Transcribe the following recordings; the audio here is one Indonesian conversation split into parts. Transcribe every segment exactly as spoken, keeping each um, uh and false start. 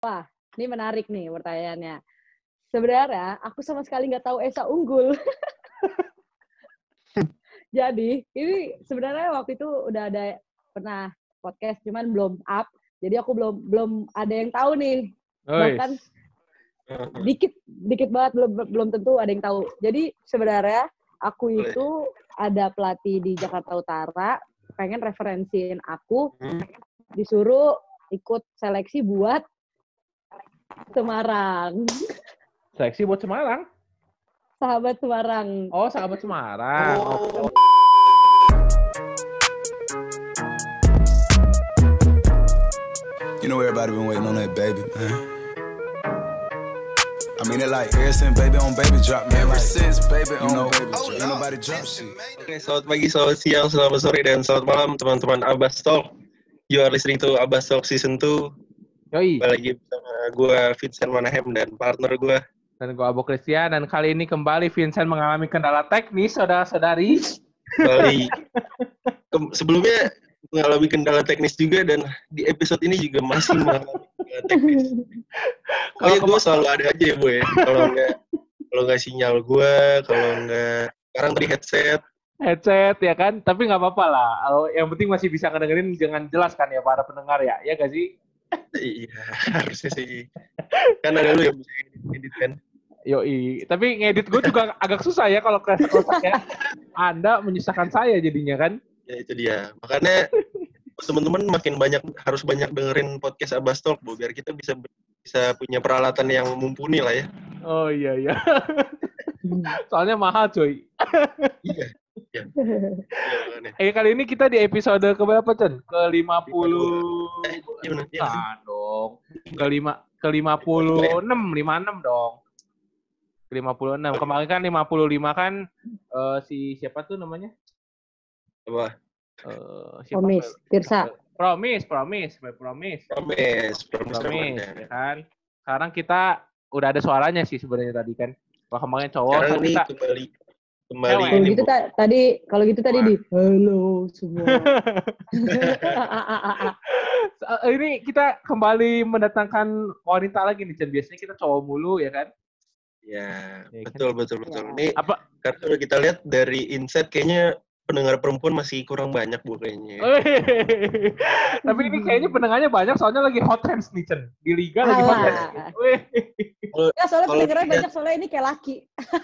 Wah, ini menarik nih pertanyaannya. Sebenarnya aku sama sekali nggak tahu Esa Unggul. Jadi, ini sebenarnya waktu itu udah ada pernah podcast, cuman belum up. Jadi aku belum belum ada yang tahu nih. Oi. Bahkan dikit dikit banget belum belum tentu ada yang tahu. Jadi sebenarnya aku itu ada pelatih di Jakarta Utara, pengen referensiin aku, disuruh ikut seleksi buat Semarang. Seleksi buat Semarang? Sahabat Semarang. Oh, sahabat Semarang. Oh. You know everybody been waiting on that baby, man. I mean it like ever since baby on baby drop, man. Ever like, since baby on you know, baby drop. Ain't nobody drop shit. Oke, selamat pagi, selamat siang, selamat sore, dan selamat malam teman-teman Abbas Talk. You are listening to Abbas Talk Season two. Yoi. Kembali lagi bersama gue, Vincent Manahem, dan partner gue. Dan gue Abo Christian, dan kali ini kembali Vincent mengalami kendala teknis, saudara-saudari. Kembali. Ke- sebelumnya mengalami kendala teknis juga, dan di episode ini juga masih mengalami kendala teknis. Pokoknya gue selalu ada aja ya, Bu ya. Kalau nggak kalau nggak sinyal gue, kalau nggak sekarang tadi headset. Headset ya kan, tapi nggak apa-apa lah. Yang penting masih bisa ngedengerin dengan jelas kan ya para pendengar ya, ya gak sih? Iya, harusnya sih. Kan ada lu yang bisa edit kan. Yoi, tapi ngedit gue juga agak susah ya kalau keras-keras ya. Anda menyusahkan saya jadinya kan. Ya itu dia. Makanya teman-teman makin banyak harus banyak dengerin podcast Abbas Talk, Bu, biar kita bisa bisa punya peralatan yang mumpuni lah ya. Oh iya iya. Soalnya mahal cuy. Iya. Iya. Iya, eh kali ini kita di episode keberapa, Cen? Ke lima puluh Eh, iya benar. Iya. Nah, dong. Ke lima ke lima puluh enam, lima puluh enam dong. Ke lima puluh enam. Kemarin kan lima puluh lima kan uh, si siapa tuh namanya? Apa? Uh, siapa? Promis, Tirsa. Promise, promise, promise. Promise, promise, Promise, ya kan. Sekarang kita udah ada suaranya sih sebenarnya tadi kan. Kalau kemarin cowok, sekarang nih kita kembali kembali Cewek. Kalau ini, gitu Bu. ta- tadi kalau gitu tadi di halo semua. Ini kita kembali mendatangkan wanita lagi nih, Cen. Biasanya kita cowok mulu ya kan. Ya, Ya, betul, kan? betul, betul. Ya. Ini Apa? karena kalau kita lihat dari insight kayaknya pendengar perempuan masih kurang banyak, Bu, kayaknya. Tapi ini kayaknya pendengarnya banyak soalnya lagi hot hands nih, Cen. Di liga lagi hot hands. Wih. Ya soalnya Kalau pendengarnya dia- banyak, soalnya ini kayak laki.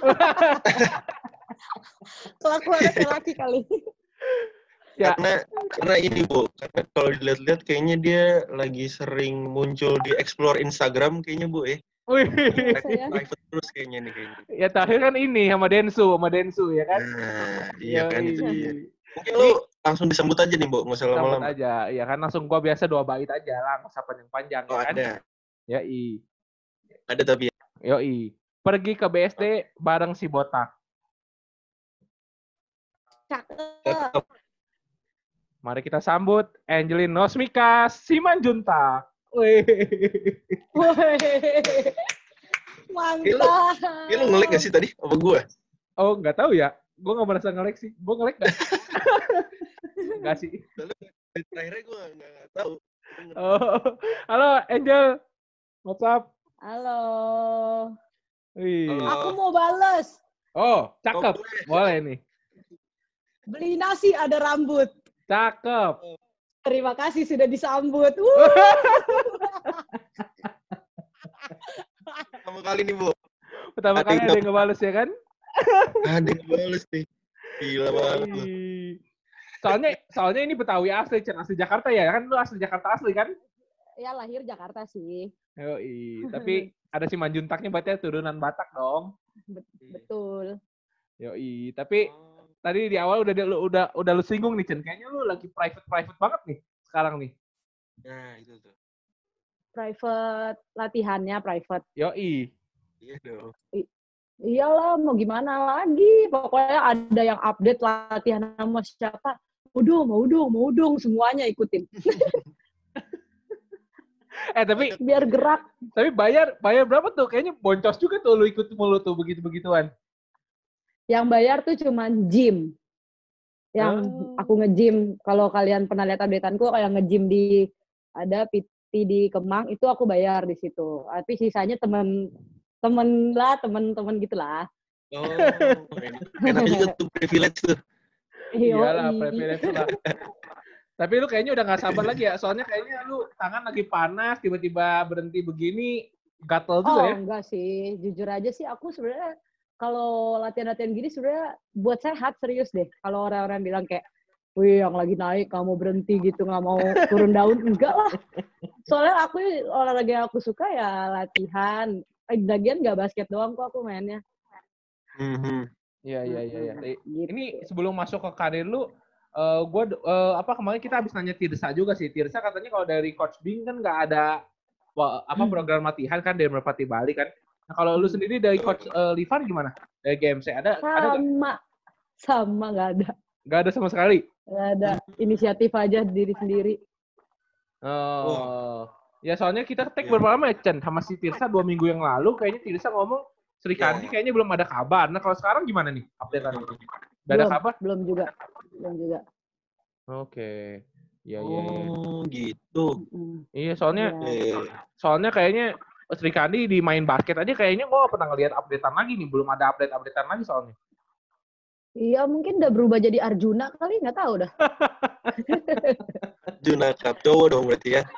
Kelakuannya kayak laki kali. Ya. Karena karena ini, Bu, karena kalau dilihat-lihat kayaknya dia lagi sering muncul di explore Instagram kayaknya, Bu, ya. Wih. Saya. Private terus kayaknya nih kayaknya. Ya terakhir kan ini sama Densu, sama Densu ya kan. Nah, iya kan Yoi. itu dia. Mungkin lu langsung disambut aja nih, Bu, nggak usah Sambut lama-lama. aja, ya kan langsung gua biasa dua bait aja lah, nggak usah panjang-panjang Oh, ya kan. ada. Yoi. Ada tapi ya. Yoi. Pergi ke B S D bareng si Botak. Cakep. Mari kita sambut Angelin Nosmika Simanjuntak. Wih. Woi. Ini lu, Mantap. ini lu ngelik nggak sih tadi? Apa gua? Oh, nggak tahu ya. Gue nggak merasa ngelek sih. Gue ngelek nggak? Nggak sih. Soalnya terakhirnya gua nggak nggak tahu. Oh, halo Angel. What's up? Halo. Wih. Halo. Aku mau bales. Oh, cakep. Oh, boleh. Boleh nih. Beli nasi ada rambut. Cakep. Terima kasih sudah disambut. Wuh. Pertama kali nih, Bu. Pertama Ada kali yang ada yang ngebales ya kan? Ada yang bales nih. Gila banget lu. Wih. Soalnya soalnya ini Betawi asli, Cen. Asli Jakarta ya kan? Lu asli Jakarta asli kan? Ya lahir Jakarta sih. Yoi. Tapi ada si Manjuntaknya berarti turunan Batak dong. Bet- betul. Yoi. Tapi tadi di awal udah lu udah udah lu singgung nih, Cen. Kayaknya lu lagi private private banget nih sekarang nih. Nah, itu tuh. Private latihannya private. Yoi. Iya dong. Iyalah, mau gimana lagi? Pokoknya ada yang update latihan sama siapa. Mau dong, mau dong, mau dong. Semuanya ikutin. Eh tapi Biar gerak. tapi bayar bayar berapa tuh? Kayaknya boncos juga tuh lu ikut mulu tuh begitu-begituan. Yang bayar tuh cuman gym. Yang Oh. aku nge-gym. Kalau kalian pernah lihat updateanku, kayak nge-gym di ada P pelatih di Kemang itu aku bayar di situ. Tapi sisanya temen temen lah, temen-temen gitulah. Oh, enak juga tuh privilege tuh. Iyalah, privilege lah. Tapi lu kayaknya udah gak sabar lagi ya, soalnya kayaknya lu tangan lagi panas, tiba-tiba berhenti begini, gatel juga oh, ya? Oh enggak sih, jujur aja sih aku sebenarnya kalau latihan-latihan gini sebenarnya buat sehat serius deh. Kalau orang-orang bilang kayak, wih yang lagi naik kamu berhenti gitu, nggak mau turun daun, enggak lah. Soalnya aku olahraga yang aku suka ya latihan. Eh, lagian nggak basket doang kok aku mainnya. Iya, iya, iya. Ya. Gitu. Ini sebelum masuk ke karir lu, uh, gue uh, apa kemarin kita habis nanya Tirsa juga sih. Tirsa katanya kalau dari Coach Bing kan nggak ada wah, apa program latihan kan dari Merpati Bali kan. Nah kalau lu sendiri dari Coach uh, Livan gimana? Dari G M C ada? Sama, ada gak? sama nggak ada. Nggak ada sama sekali. Nggak ada, inisiatif aja diri sendiri. Oh, wow. Ya soalnya kita take berapa lama ya Chen sama si Tirsa dua minggu yang lalu kayaknya Tirsa ngomong Sri Kandi yeah. kayaknya belum ada kabar. Nah kalau sekarang gimana nih update-an? Udah ada kabar? Belum juga, belum juga. Oke, okay. ya ya ya. Oh gitu. Iya soalnya, yeah. soalnya kayaknya Sri Kandi di main basket aja kayaknya gue gak pernah ngeliat update-an lagi nih. Belum ada update-update-an lagi soalnya. Iya mungkin udah berubah jadi Arjuna kali, nggak tahu dah. Arjuna Cup cowok dong berarti ya.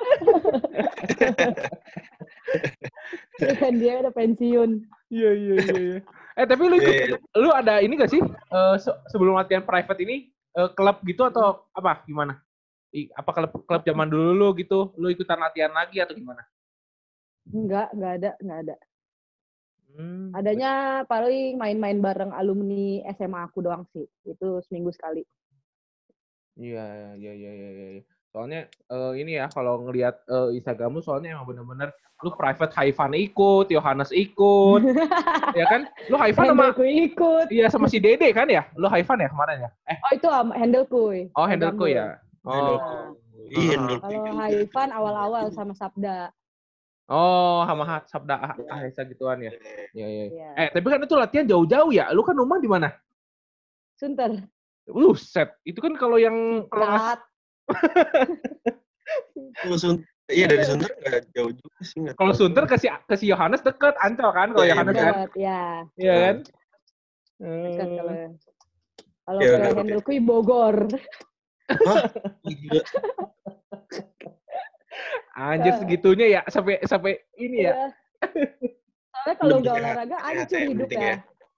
Kan dia udah pensiun. Iya iya iya. Eh tapi lu ikut, yeah. lu ada ini gak sih uh, se- sebelum latihan private ini uh, klub gitu atau apa gimana? I, apa klub klub zaman dulu lu gitu? Lu ikutan latihan lagi atau gimana? Enggak, enggak ada, enggak ada. Hmm. Adanya paling main-main bareng alumni S M A aku doang sih. Itu seminggu sekali. Iya iya iya iya. Ya. Soalnya uh, ini ya kalau ngelihat uh, Instagram lu soalnya emang bener-bener lu private Haifan ikut, Yohanes ikut, ya kan? Lu Haifan sama ikut. Iya sama si Dede kan ya? Lu Haifan ya kemarin ya? Eh. Oh itu um, Handleku. Oh Handleku ya. Oh. Iya nah. Kalau Haifan awal-awal sama Sabda. Oh, sama Sabda Ahesa gituan ya. Iya iya. Ya. Eh tapi kan itu latihan jauh-jauh ya. Lu kan rumah di mana? Sunter. Lu set. Itu kan kalau yang kalau iya dari Sunter nggak jauh juga sih. Kalau Sunter ke si ke si Yohanes deket, Ancol kan kalau Yohanes kan? Iya. Iya kan? Dekat kalau kalau ke Handleku Bogor. Hah? Anjir segitunya ya sampai sampai ini ya. Soalnya kalau nggak olahraga hancur hidup ya.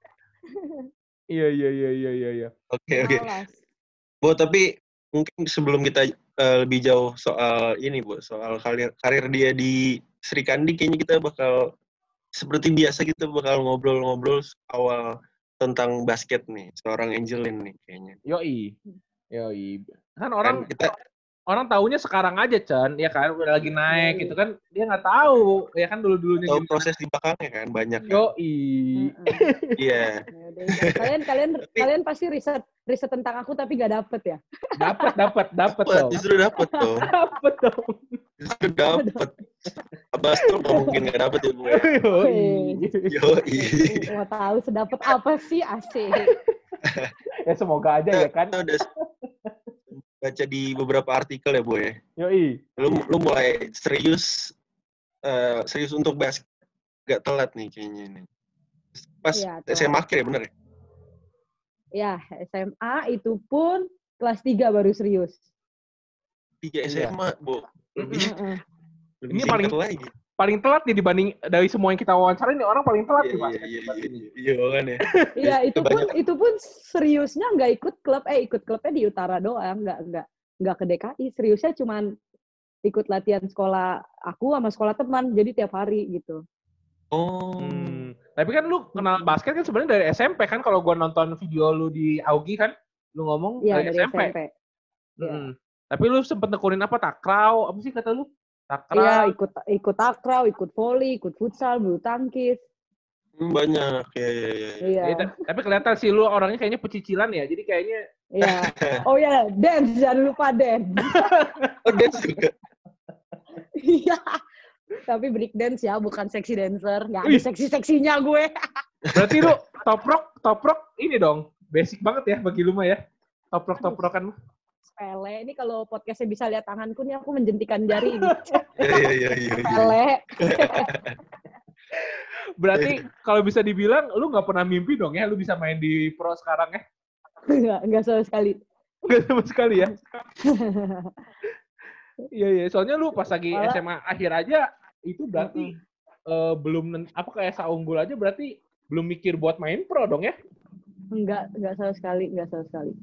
Iya iya iya iya iya iya. Oke oke. Bu tapi mungkin sebelum kita uh, lebih jauh soal ini Bu, soal karir karir dia di Sri Kandi kayaknya kita bakal seperti biasa kita bakal ngobrol-ngobrol awal tentang basket nih, seorang Angelin nih kayaknya. Yoi. Yoi. Kan orang kan kita orang taunya sekarang aja, Chan, ya kan udah lagi naik gitu kan, dia nggak tahu, ya kan dulu-dulunya tahu proses di belakangnya kan banyak. Yoi. Iya. Kalian kalian kalian pasti riset riset tentang aku tapi gak dapet ya? Dapat dapat dapat dong. Justru dapat dong. Dapat dong. Justru dapat. Abas tuh nggak mungkin nggak dapet ya Bu. Yoi. Yoi. Mau tahu sedapat apa sih asik. Ya semoga aja ya kan. Udah baca di beberapa artikel ya Bu ya. Yoi. Lu lu mulai serius uh, serius untuk basket gak telat nih kayaknya nih. Pas ya, S M A akhir ya bener ya? Ya S M A itu pun kelas tiga baru serius. tiga S M A Bu. Lebih. Uh-uh. lebih ini paling lagi. Paling telat nih dibanding dari semua yang kita wawancara ini orang paling telat nih Mas. Iya iya iya. Iya kan ya. Iya itu pun itu pun seriusnya nggak ikut klub eh ikut klubnya di Utara doang, nggak nggak nggak ke D K I. Seriusnya cuman ikut latihan sekolah aku sama sekolah teman, jadi tiap hari gitu. Oh. Hmm. Tapi kan lu kenal basket kan sebenarnya dari S M P kan, kalau gua nonton video lu di Augie kan, lu ngomong ya, dari, dari S M P. S M P. Hmm. Ya. Tapi lu sempet nekunin apa takraw, apa sih kata lu? Takraw. Iya, ikut ikut takraw, ikut volley, ikut futsal, bulu tangkis. Hmm, banyak ya ya ya. Iya. Ya, tapi kelihatan sih lu orangnya kayaknya pecicilan ya. Jadi kayaknya iya. Oh ya, dance jangan lupa dance. Oh, dance juga. Iya. Tapi break dance ya, bukan sexy dancer. Enggak ada seksi-seksinya gue. Berarti lu top rock, top rock ini dong. Basic banget ya bagi lu mah ya. Top rock top rock kan. sepele. Ini kalau podcastnya bisa lihat tanganku nih, aku menjentikan jari ini. Iya, iya, iya. Sepele. Berarti kalau bisa dibilang, lu nggak pernah mimpi dong ya, lu bisa main di pro sekarang ya? Enggak, enggak sama sekali. Nggak sama sekali ya? Iya, iya. Soalnya lu pas lagi Malah, S M A akhir aja, itu berarti uh, belum, apa kayak S A Unggul aja berarti belum mikir buat main pro dong ya? enggak, enggak sama sekali, enggak sama sekali.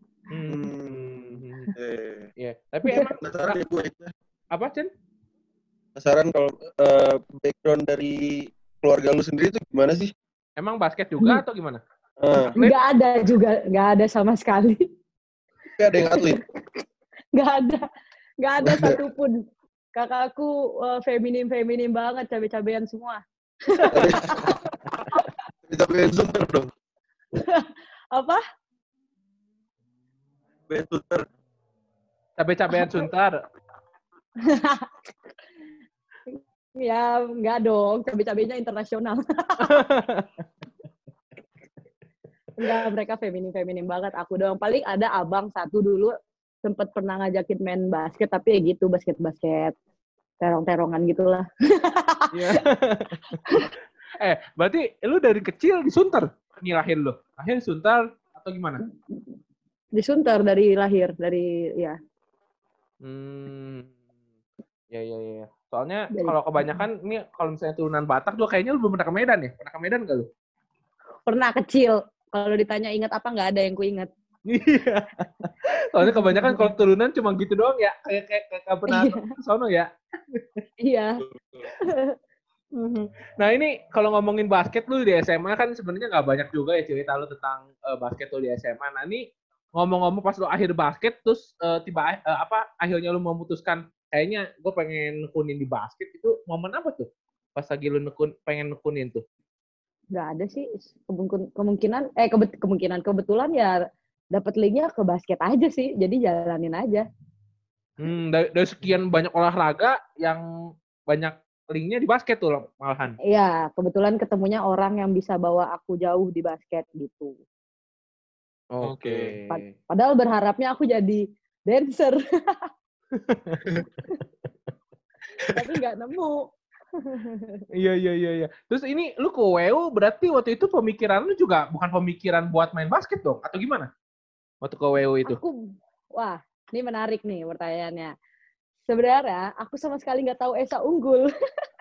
Hmm. Eh, Iya. Tapi emang, penasaran ya gue. apa, Chen? Penasaran kalau uh, background dari keluarga lu sendiri itu gimana sih? Emang basket juga atau gimana? Uh, Enggak ada juga, enggak ada sama sekali. Gak ada yang atlet? Enggak ada. Enggak ada satupun. Kakakku uh, feminim-feminim banget, cabe-cabean semua. Cabe-cabean sunter dong. Apa? Cabe sunter. Cabe-cabean suntar. Ya, enggak dong. Cabe-cabenya internasional. Enggak, mereka feminim-feminim banget. Aku doang. Paling ada abang satu dulu sempet pernah ngajakin main basket, tapi ya gitu, basket-basket. Terong-terongan gitulah. Iya. Eh, berarti lu dari kecil disunter? Ini lahir lu? Lahir disunter atau gimana? Disunter dari lahir, dari ya. Hmm. Ya, ya, ya. Soalnya Dari, kalau kebanyakan, ini kalau misalnya turunan Batak tuh kayaknya lu belum pernah ke Medan ya? Pernah ke Medan nggak lu? pernah kecil. Kalau ditanya ingat apa, nggak ada yang ku ingat. Iya. Soalnya kebanyakan kalau turunan cuma gitu doang ya. Kayak kayak kayak pernah ke sono ya. Iya. Nah ini kalau ngomongin basket lu di S M A kan sebenarnya nggak banyak juga ya cerita lu tentang uh, basket lu di S M A. Nah ini ngomong-ngomong pas lu akhir basket terus uh, tiba uh, apa akhirnya lu memutuskan kayaknya gue pengen nekunin di basket, itu momen apa tuh? Pas lagi lu nekun pengen nekunin tuh? Nggak ada sih kemungkinan eh kebet, kemungkinan kebetulan ya dapat linknya ke basket aja sih, jadi jalanin aja. Hmm, dari, dari sekian banyak olahraga yang banyak linknya di basket tuh malahan. Iya, kebetulan ketemunya orang yang bisa bawa aku jauh di basket gitu. Oke. Okay. Padahal berharapnya aku jadi dancer. Tapi nggak nemu. Iya, iya, iya, iya. Terus ini lu ke W U berarti waktu itu pemikiran lu juga bukan pemikiran buat main basket dong? Atau gimana? Waktu ke W U itu? Aku, wah, ini menarik nih pertanyaannya. Sebenarnya aku sama sekali nggak tahu Esa Unggul.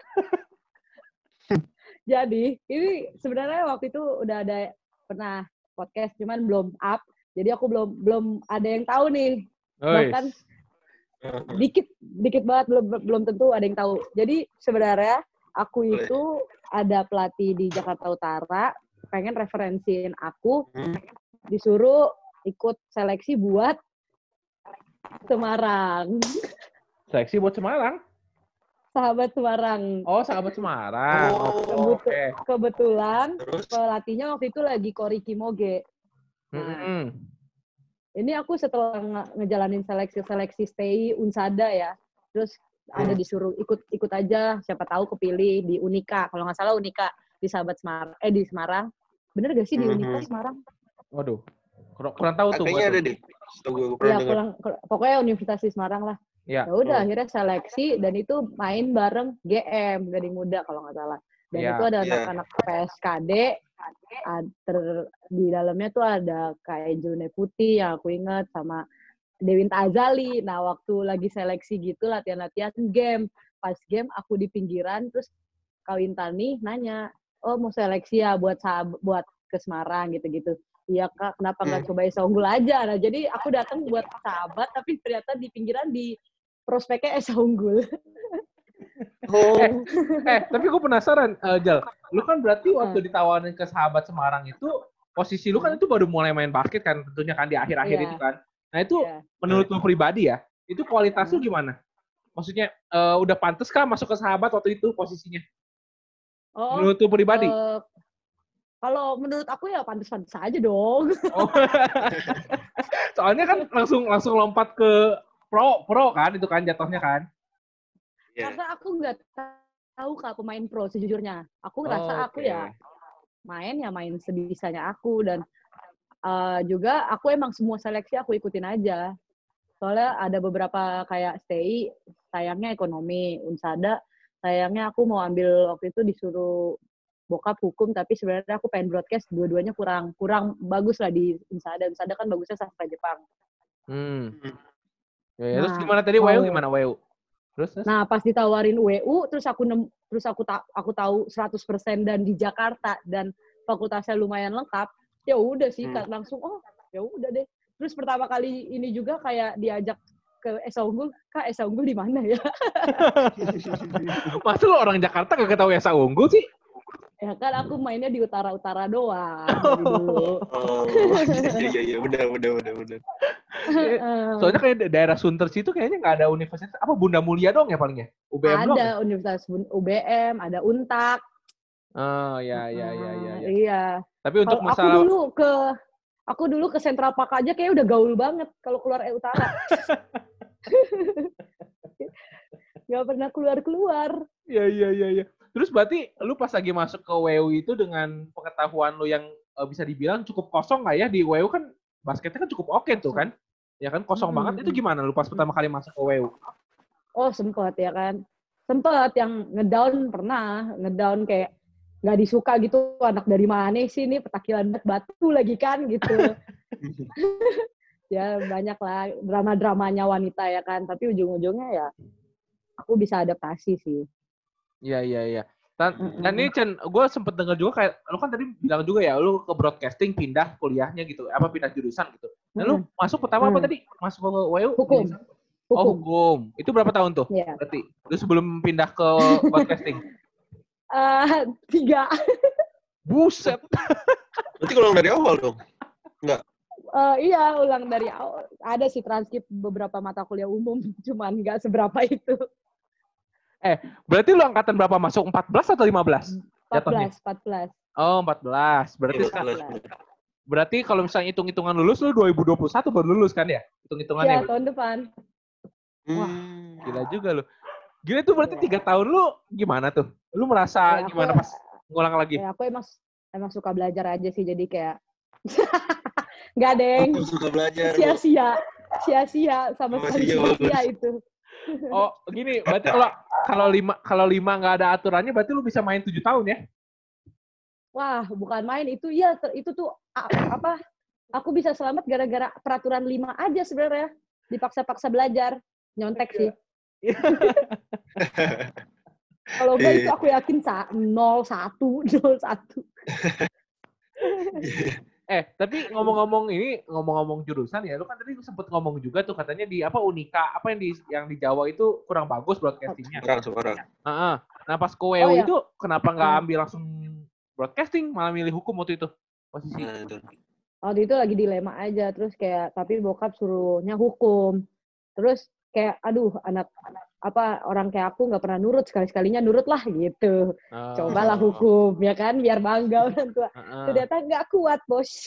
Jadi ini sebenarnya waktu itu udah ada pernah podcast, cuman belum up. Jadi aku belum belum ada yang tahu nih. Oh, Bahkan dikit dikit banget belum belum tentu ada yang tahu. Jadi sebenarnya aku itu ada pelatih di Jakarta Utara pengen referensiin aku, disuruh ikut seleksi buat Semarang. Seleksi buat Semarang? Sahabat Semarang. Oh, Sahabat Semarang. Oh, Kebetul- okay. Kebetulan Terus? pelatihnya waktu itu lagi Kori Kimoge. Nah, mm-hmm. Ini aku setelah nge- ngejalanin seleksi-seleksi stay Unsada ya, terus ada disuruh ikut ikut aja, siapa tahu kepilih di Unika, kalau nggak salah Unika di Sahabat Semarang, eh di Semarang, bener gak sih di Unika Mhm. Semarang? Waduh, kurang, kurang tahu tuh. Kayaknya ada deh. Setahu gue pernah Ya dengar. kurang, pokoknya Universitas di Semarang lah. Ya. Ya udah Hmm. akhirnya seleksi dan itu main bareng G M Gading Muda kalau nggak salah. Dan Ya. itu ada Ya. anak-anak P S K D, ad- ter- di dalamnya tuh ada kayak June Putih yang aku inget sama Dewinta Azali. Nah waktu lagi seleksi gitu latihan-latihan game, pas game aku di pinggiran terus Kawintani nanya, oh mau seleksi ya buat sahab- buat ke Semarang gitu-gitu. Iya Kak, kenapa nggak Hmm. coba Esa Unggul aja? Nah jadi aku datang buat sahabat tapi ternyata di pinggiran di prospeknya Esa Unggul. Oh. Eh, eh, tapi gue penasaran, uh, Jal. Lu kan berarti waktu ditawarin ke Sahabat Semarang itu, posisi lu kan itu baru mulai main basket kan, tentunya kan di akhir-akhir Iya. itu kan. Nah itu Iya. menurut lu pribadi ya, itu kualitas lu Hmm. gimana? Maksudnya uh, udah pantas kah masuk ke Sahabat waktu itu posisinya? Oh, Menurut lu pribadi? eh, kalau menurut aku ya pantas-pantas aja dong. Oh. Soalnya kan langsung langsung lompat ke pro pro kan itu kan jatuhnya kan. Yeah. Karena aku nggak tahu Kak pemain pro sejujurnya. Aku ngerasa Oh, aku okay. ya main ya main sebisanya aku dan uh, juga aku emang semua seleksi aku ikutin aja. Soalnya ada beberapa kayak stay, sayangnya ekonomi. Unsada, sayangnya aku mau ambil waktu itu disuruh bokap hukum, tapi sebenarnya aku pengen broadcast, dua-duanya kurang kurang bagus lah di Unsada. Unsada kan bagusnya sastra Jepang. Hmm. Ya, ya, terus Nah, gimana tadi W U mau- gimana W U? Terus, terus? Nah, pas ditawarin W U, terus aku nem, terus aku ta, aku tahu seratus persen dan di Jakarta dan fakultasnya lumayan lengkap, ya udah sih Hmm. Kak, langsung oh, ya udah deh. Terus pertama kali ini juga kayak diajak ke Esa Unggul, Kak, Esa Unggul di mana ya? Masa lu orang Jakarta gak ketahui Esa Unggul sih? Ya kan aku mainnya di utara-utara doang dari dulu. Oh, iya iya iya benar benar benar benar. Soalnya kayak da- daerah Sunter situ kayaknya nggak ada universitas apa Bunda Mulia dong ya palingnya, U B M doang. Ada Ya? Universitas U B M, ada Untak. Oh ya ya ya ya. ya. Iya. Tapi untuk Kalau aku masalah dulu ke aku dulu ke Central Park aja kayak udah gaul banget kalau keluar E Utara. Gak pernah keluar-keluar. ya ya ya ya. Terus berarti lu pas lagi masuk ke W U itu dengan pengetahuan lu yang uh, bisa dibilang cukup kosong nggak ya di W U kan basketnya kan cukup oke tuh kan? Ya kan kosong Mm-hmm. banget itu gimana lu pas pertama kali masuk ke W U? Oh sempet ya kan. Sempet yang ngedown pernah. Ngedown kayak nggak disuka gitu. Anak dari mana sih ini petakilan batu lagi kan gitu. Ya banyak lah drama-dramanya wanita ya kan. Tapi ujung-ujungnya ya aku bisa adaptasi sih. Iya iya iya. Dan, mm-hmm. dan ini Chen, gue sempet denger juga kayak lu kan tadi bilang juga ya lu ke broadcasting pindah kuliahnya gitu, apa pindah jurusan gitu. Nah lu mm-hmm. masuk pertama mm-hmm. apa tadi? Masuk ke W U? Hukum. Jurusan? Oh hukum. Itu berapa tahun tuh? Yeah. Berarti lu sebelum pindah ke broadcasting? uh, tiga. Buset. Berarti ulang dari awal dong? Enggak. Uh, iya, ulang dari awal. Ada sih transkrip beberapa mata kuliah umum, cuman nggak seberapa itu. Eh, berarti lu angkatan berapa masuk? empat belas atau lima belas? empat belas, empat belas. Oh, empat belas. Berarti empat belas. Berarti kalau misalnya hitung-hitungan lulus lu dua ribu dua puluh satu baru lulus kan ya? Hitung-hitungannya. Iya, tahun depan. Wah, gila juga lu. Gila tuh berarti tiga tahun lu gimana tuh? Lu merasa ya, gimana pas ngulang lagi? Ya, aku emang emang suka belajar aja sih, jadi kayak nggak deng. Aku suka belajar. Sia-sia, sia-sia sama sekali sia-sia itu. Oh, gini, berarti kalau kalau lima kalau lima nggak ada aturannya, berarti lu bisa main tujuh tahun ya? Wah, bukan main itu ya, itu tuh apa? Aku bisa selamat gara-gara peraturan lima aja sebenarnya. Dipaksa-paksa belajar, nyontek sih. Kalau enggak itu aku yakin nol satu, nol satu. Eh, tapi ngomong-ngomong ini, ngomong-ngomong jurusan ya, lu kan tadi sempet ngomong juga tuh katanya di apa Unika, apa yang di yang di Jawa itu kurang bagus broadcastingnya. Kurang, kurang. Uh-uh. Nah pas ke W U oh, itu ya? Kenapa nggak ambil langsung broadcasting, malah milih hukum waktu itu posisi? Nah, waktu itu lagi dilema aja, terus kayak tapi bokap suruhnya hukum, terus kayak aduh anak-anak apa orang kayak aku nggak pernah nurut, sekali-sekalinya nurut lah gitu. Oh. Cobalah hukum ya kan biar bangga orang tua. Uh-uh. Ternyata nggak kuat bos.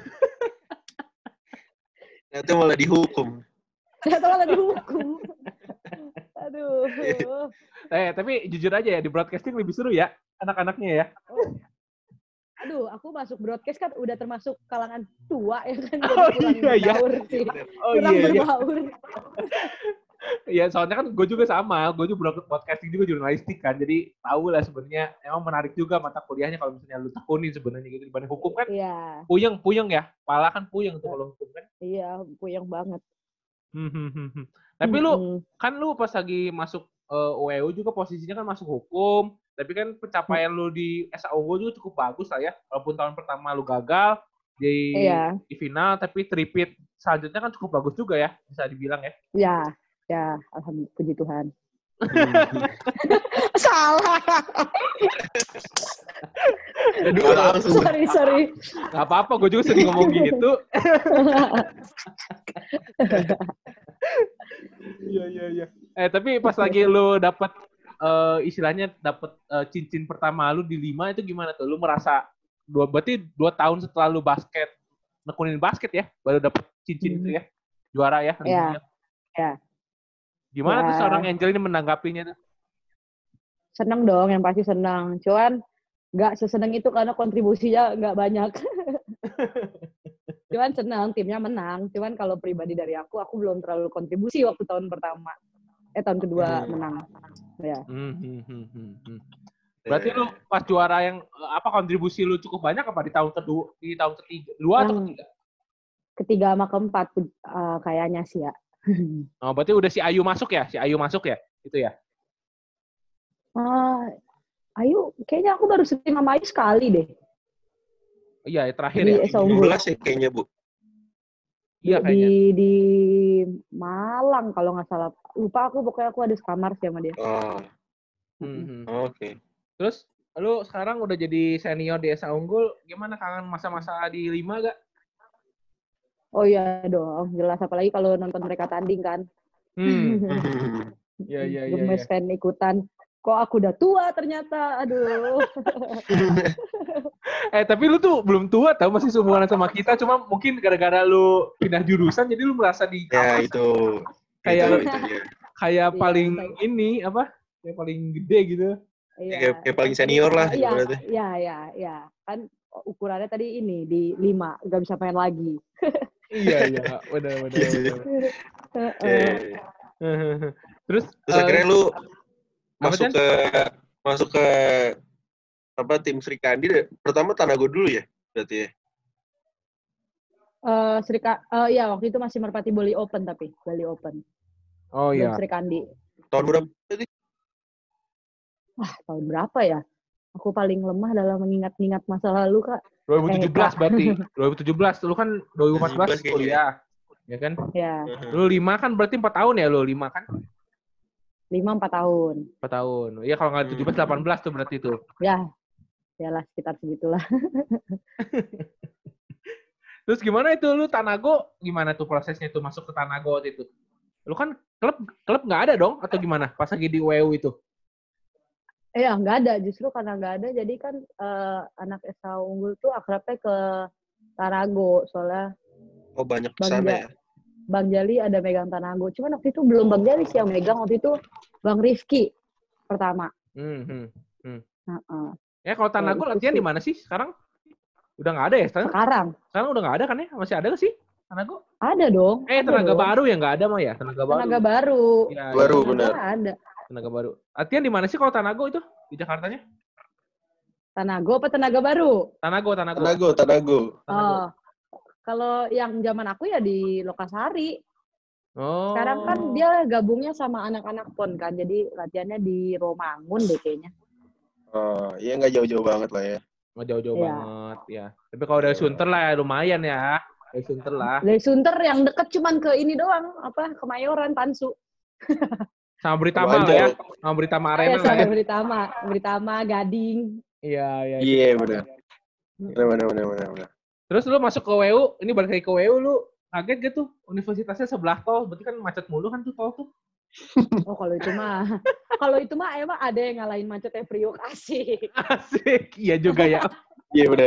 Ternyata malah dihukum. Ternyata malah dihukum. Aduh. Eh tapi jujur aja ya di broadcasting lebih seru ya anak-anaknya ya. Oh. Aduh, aku masuk broadcast kan udah termasuk kalangan tua ya kan. Jadi oh kurang iya iya. Sih. Oh kurang iya berbaur. Iya, soalnya kan gue juga sama, gue juga podcasting juga jurnalistik kan, jadi tahu lah sebenarnya emang menarik juga mata kuliahnya kalau misalnya lu tekunin sebenarnya gitu dibanding hukum kan. Iya. Puyeng, puyeng ya, pala kan puyeng tuh kalau hukum kan. Iya, puyeng banget. Hmm, tapi lu hmm. kan lu pas lagi masuk uh, W U juga posisinya kan masuk hukum, tapi kan pencapaian hmm. lu di S A Unggul juga cukup bagus lah ya, walaupun tahun pertama lu gagal di, iya. di final, tapi tripit selanjutnya kan cukup bagus juga ya, bisa dibilang ya. Iya. Ya, alhamdulillah, puji Tuhan. Salah. sorry, sorry. Gak apa-apa, gue juga sering ngomong gitu. Iya, iya, iya. Eh, tapi pas lagi lu dapet, uh, istilahnya dapet uh, cincin pertama lu di lima itu gimana tuh? Lu merasa, dua, berarti dua tahun setelah lu basket, nekunin basket ya, baru dapet cincin hmm. itu ya? Juara ya? Iya, iya. Gimana ya. tuh seorang Angel ini menanggapinya tuh? Seneng dong, yang pasti seneng. Cuman nggak seseneng itu karena kontribusinya nggak banyak. Cuman senang timnya menang. Cuman kalau pribadi dari aku, aku belum terlalu kontribusi waktu tahun pertama. Eh tahun kedua Hmm. menang. Ya. Hmm, hmm, hmm, hmm, hmm. Berarti lu pas juara yang apa kontribusi lu cukup banyak apa di tahun kedua, di tahun ketiga, dua atau Yang ketiga? ketiga sama keempat uh, kayaknya sih ya. Oh, berarti udah si Ayu masuk ya? Si Ayu masuk ya? Itu ya? Uh, Ayu, kayaknya aku baru syuting sama Ayu sekali deh. Iya, terakhir Di ya? Esa dua ribu enam Unggul. belas ya kayaknya, Bu. Iya Di, kayaknya. di Malang kalau nggak salah. Lupa aku, pokoknya aku ada sekamar sih sama dia. Oh, Hmm, hmm. oke. Terus, lu sekarang udah jadi senior di Esa Unggul, gimana kangen masa-masa di lima gak? Oh iya dong, jelas. Apalagi kalau nonton mereka tanding kan. Hmm. Iya, iya, iya. Gemes Ya. fan ikutan. Kok aku udah tua ternyata, aduh. Eh, tapi lu tuh belum tua tau, masih seumuran sama kita, cuma mungkin gara-gara lu pindah jurusan, jadi lu merasa di Ya, kampus itu. kayak itu, itu dia. kayak Iya, paling saya- ini, apa, kayak paling gede gitu. Iya. Kayak, kayak paling senior lah. Iya, ibaratnya. iya, iya, iya. Kan ukurannya tadi ini di lima, nggak bisa main lagi. Iya, iya, benar, benar, benar. Eh, Terus, Terus eh, akhirnya lu apa, masuk Chan? ke masuk ke apa tim Sri Kandi deh. Pertama Tanago dulu ya berarti ya. Eh, Serika, eh, ya waktu itu masih Merpati Bali Open tapi Bali Open. Oh Belum iya. Sri Kandi. Tahun berapa tadi? Wah, tahun berapa ya? Aku paling lemah dalam mengingat-ingat masa lalu, Kak. dua ribu tujuh belas Eh, berarti. dua ribu tujuh belas, lu kan dua ribu empat belas tujuh belas kayaknya. kuliah. Ya kan? Ya, Lu lima kan berarti empat tahun ya, lu lima kan? lima empat tahun. empat tahun. Iya kalau nggak tujuh belas, delapan belas tuh berarti tuh. Ya, yalah sekitar segitulah. Terus gimana itu lu Tanago, gimana tuh prosesnya tuh masuk ke Tanago waktu itu? Lu kan klub klub nggak ada dong atau gimana pas lagi di U E U itu? Eh, ya, nggak ada. Justru karena nggak ada, jadi kan eh, anak Esa Unggul tuh akrabnya ke Tanago. Soalnya Oh banyak Bang, kesana ja- ya. Bang Jali ada megang Tanago. Cuman waktu itu belum Bang Jali sih yang megang. Waktu itu Bang Rifki pertama. Hmm, hmm, hmm. Heeh. Ya kalau Tanago Ya, itu latihan sih. di mana sih sekarang? Udah nggak ada ya sekarang? Sekarang Sekarang udah nggak ada kan ya? Masih ada nggak sih Tanago? ada dong. Eh ada tenaga dong. baru ya nggak ada mah ya? Tenaga baru. Tenaga baru. Ya, Baru, ya, benar. Ada. tenaga baru. Latihan di mana sih kalau Tanago itu? Di Jakartanya? Tanago apa tenaga baru? Tanago, Tanago. Tanago, Tanago. Tanago. Oh, kalau yang zaman aku ya di Lokasari. Oh. Sekarang kan dia gabungnya sama anak-anak pon kan, jadi latihannya di Romangun deh kayaknya. Oh, iya nggak jauh-jauh banget lah ya. nggak jauh-jauh Iya. banget ya. Tapi kalau dari Sunter lah ya lumayan ya. Dari Sunter lah. Dari Sunter yang deket cuman ke ini doang, apa Kemayoran, Tansu. Sama Britama Sama lah ya. aja. Sama Britama Ah, Arena ya, lah sama ya. Britama, Britama, Gading. Iya, iya. Iya benar. Benar benar benar benar. benar. Terus lu masuk ke W U, ini balik lagi ke W U, lu kaget gak tuh? Universitasnya sebelah tol, berarti kan macet mulu kan tuh tol tuh. Oh kalau itu mah, kalau itu mah emang ada yang ngalahin macetnya Priok asik. Asik, iya juga ya. Iya benar.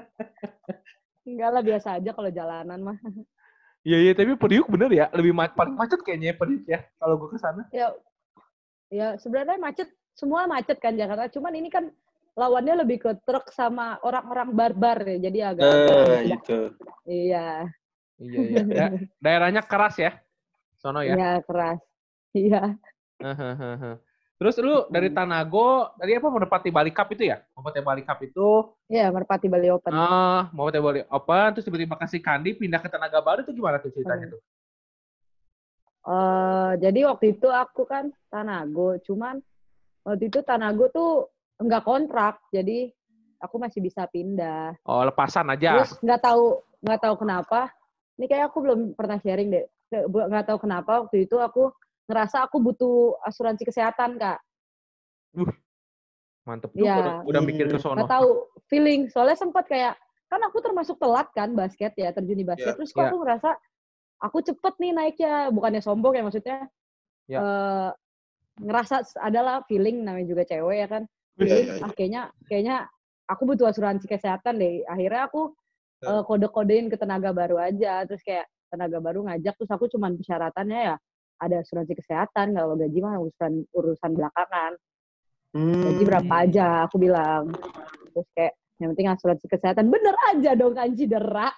Enggak lah, biasa aja kalau jalanan mah. Iya, iya, tapi Priuk bener ya, lebih ma- paling macet kayaknya Priuk ya, kalau gue kesana. Ya, ya sebenarnya macet, semua macet kan Jakarta. Cuman ini kan lawannya lebih ke truk sama orang-orang barbar ya, jadi agak. Nah itu. Iya. Iya, iya. Da- daerahnya keras ya, sono ya. Iya keras. Iya. Hahaha. Terus lu dari Tanago, dari apa Merpati Bali Cup itu ya? Merpati Bali Cup itu, Iya, Merpati Bali Open. ah, Merpati Bali Open, terus tiba-tiba kasih Kandi pindah ke Tenaga Baru itu gimana tuh ceritanya tuh? Uh, jadi waktu itu aku kan Tanago, cuman waktu itu Tanago tuh nggak kontrak, jadi aku masih bisa pindah. Oh, lepasan aja. Terus nggak tahu nggak tahu kenapa, ini kayak aku belum pernah sharing deh. Nggak tahu kenapa waktu itu aku ngerasa aku butuh asuransi kesehatan, Kak. Uh, mantep juga, Ya. udah, udah mikir ke sono. Nggak tahu feeling, soalnya sempat kayak kan aku termasuk telat kan basket ya, terjun di basket. Ya. Terus kok Ya. aku ngerasa aku cepet nih naiknya, bukannya sombong ya maksudnya. Ya. Uh, ngerasa adalah feeling, namanya juga cewek ya kan. Iya, Feeling, iya, iya. ah kayaknya kayaknya aku butuh asuransi kesehatan deh. Akhirnya aku Ya. uh, kode-kodein ke Tenaga Baru aja. Terus kayak Tenaga Baru ngajak, terus aku cuman persyaratannya ya ada asuransi kesehatan. Kalau gaji mah urusan urusan belakangan. Hmm. Gaji berapa aja, aku bilang. Terus kayak Yang penting asuransi kesehatan. Bener aja dong kan cedera.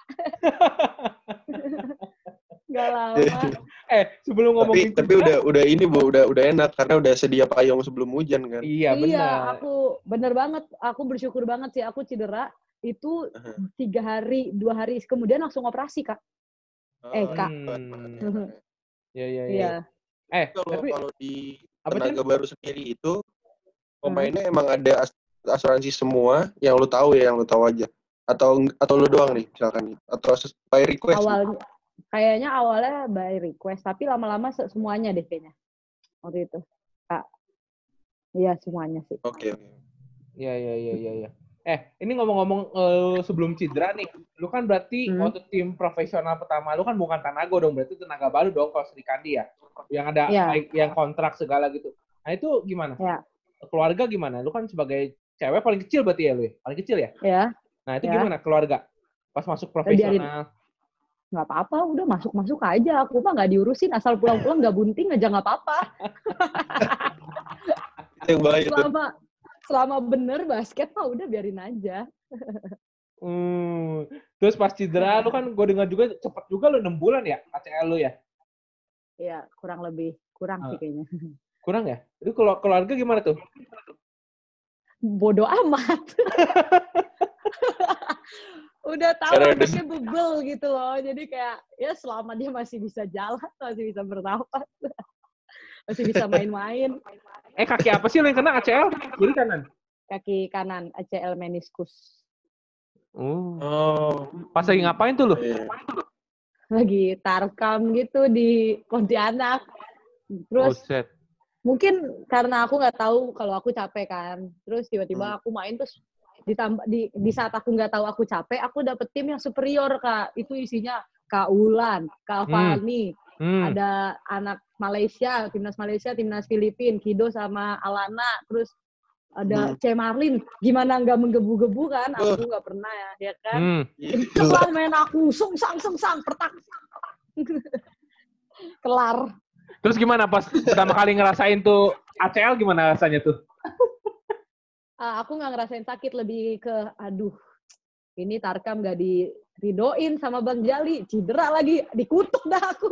Gak lama. Eh, sebelum ngomongin tapi, tapi udah udah ini Bu, udah udah enak karena udah sedia payung sebelum hujan kan. Iya, benar. Iya, aku bener banget. Aku bersyukur banget sih aku cedera itu tiga hari, dua hari kemudian langsung operasi, Kak. Oh, Eh, Kak. Hmm. Iya, iya, iya. Iya. Eh, kalau tapi kalau di apa, tenaga Cen? baru sendiri itu pemainnya emang ada as- asuransi semua yang lu tahu ya, yang lu tahu aja. Atau atau lu doang nih misalkan atau ses- by request. Awalnya kayaknya awalnya by request, tapi lama-lama se- semuanya deh kayaknya. Waktu itu. Kak. Iya, semuanya sih. Oke, oke. Iya, iya, iya, iya, iya. Eh, ini ngomong-ngomong uh, sebelum cedera nih, lu kan berarti Hmm. waktu tim profesional pertama lu kan bukan Tanago dong, berarti tenaga baru dong kalau Sri Kandi ya, yang ada Iya. yang kontrak segala gitu. Nah itu gimana? Iya. Keluarga gimana? Lu kan sebagai cewek paling kecil berarti ya lu ya? Paling kecil ya? Iya. Nah itu Ya. gimana keluarga? Pas masuk Biarin. profesional? Nggak apa-apa, udah masuk-masuk aja. Aku mah nggak diurusin, asal pulang-pulang nggak bunting aja nggak apa-apa. Itu yang bahaya tuh. Selama selama bener basket mah udah biarin aja. Hmm. Terus pas cedera lu kan gue dengar juga cepet juga lu enam bulan ya A C L lu ya? Iya, kurang lebih. Kurang sih kayaknya. Kurang ya? Itu kalau keluarga gimana tuh? Bodoh amat. Udah tahu Karena anaknya bebel gitu loh. Jadi kayak ya selama dia masih bisa jalan, masih bisa bernapas, masih bisa main-main. Eh kaki apa sih lu yang kena A C L? Kiri kanan? Kaki kanan A C L meniskus. Oh. Oh. Pas lagi ngapain tuh lu? Iya. Lagi tarkam gitu di Pontianak. Terus Oh, set. mungkin karena aku nggak tahu kalau aku capek kan. Terus tiba-tiba Hmm. aku main terus ditambah di di saat aku nggak tahu aku capek, aku dapet tim yang superior, Kak. Itu isinya Kak Ulan, Kak Fani, Hmm. ada anak Malaysia, timnas Malaysia, timnas Filipina, Kido sama Alana, terus ada Hmm. C Marlin. Gimana nggak menggebu-gebu kan? Aku nggak pernah ya, ya kan? Hmm. Kenceng lah main aku, sung sang sung sang pertak. Kelar. Terus gimana pas pertama kali ngerasain tuh A C L gimana rasanya tuh? Uh, aku nggak ngerasain sakit, lebih ke aduh ini tarkam nggak diridoin sama Bang Jali, cedera lagi, dikutuk dah aku.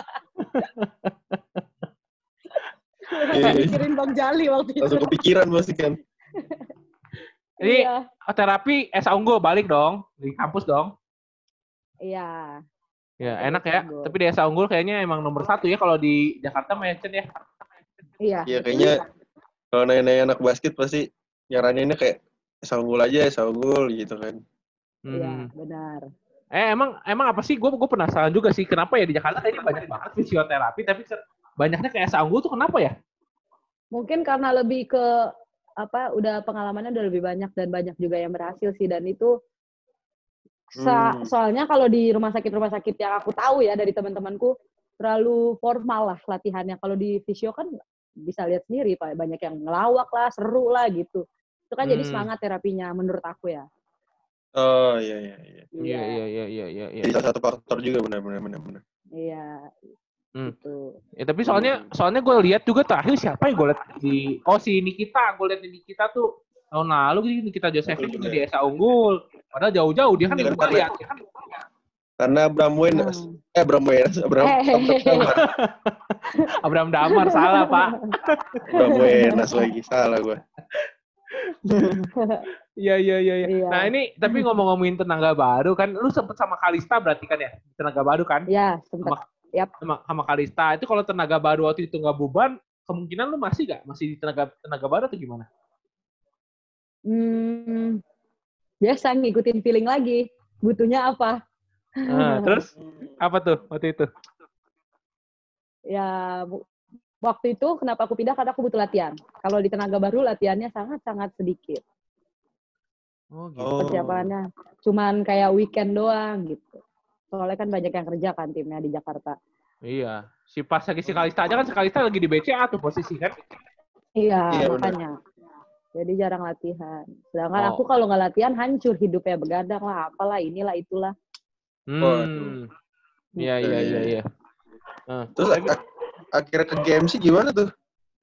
Mikirin Bang Jali waktu itu. Langsung kepikiran pasti kan. Jadi Iya. terapi S A unggul balik dong di kampus dong. Iya. Ya Terapi enak S A ya. unggul. Tapi di S A unggul kayaknya emang nomor satu ya kalau di Jakarta mention ya. Iya. Iya kayaknya kalau nanya-nanya anak basket pasti nyaraninnya kayak S A unggul aja, S A unggul gitu kan. Iya, Hmm. benar. Eh emang emang apa sih? Gue gue penasaran juga sih kenapa ya di Jakarta kayaknya banyak banget fisioterapi tapi banyaknya kayak S A unggul tuh kenapa ya? Mungkin karena lebih ke apa udah pengalamannya udah lebih banyak dan banyak juga yang berhasil sih, dan itu sa- Hmm. soalnya kalau di rumah sakit-rumah sakit yang aku tahu ya dari teman-temanku terlalu formal lah latihannya. Kalau di fisio kan bisa lihat sendiri Pak, banyak yang ngelawak lah, seru lah gitu. Itu kan jadi Hmm. semangat terapinya menurut aku ya. Oh iya iya iya. Iya iya iya iya iya. iya. Jadi salah satu faktor juga benar-benar benar-benar. Iya. Hmm. Gitu. Ya tapi soalnya soalnya gue lihat juga terakhir siapa ya gue lihat di oh si Nikita, gue lihat di Nikita tuh tahun lalu gitu Nikita Josephine juga di S A unggul. Padahal jauh-jauh dia kan di Karena- Dubai ya. Dia kan Karena Abraham Wenas, Hmm. eh Abraham Wenas, Abraham, Hehehe. Abraham Damar salah Pak. Abraham Wenas lagi, salah gue. Iya iya iya. iya. Iya. Nah ini tapi ngomong-ngomongin tenaga baru kan, lu sempet sama Kalista berarti kan ya tenaga baru kan? Ya, sempat. Yap. Sama, sama Kalista itu kalau tenaga baru waktu itu nggak beban, kemungkinan lu masih nggak masih di tenaga tenaga baru atau gimana? Hmm, biasa ngikutin feeling lagi. Butuhnya apa? Nah, terus apa tuh waktu itu? Ya, bu- waktu itu kenapa aku pindah? Karena aku butuh latihan. Kalau di tenaga baru latihannya sangat-sangat sedikit. Oh gitu. Oh. Persiapannya cuman kayak weekend doang gitu. Soalnya kan banyak yang kerja kan timnya di Jakarta. Iya. Si pas lagi si Kalista aja kan si Kalista lagi di B C A tuh posisi kan? Iya, Iya, makanya. Jadi jarang latihan. Sedangkan Oh. aku kalau nggak latihan hancur hidupnya, begadang lah, apalah, inilah, itulah. Hmm. Iya iya iya iya. Nah, Terus ak- akhirnya ke G M C gimana tuh?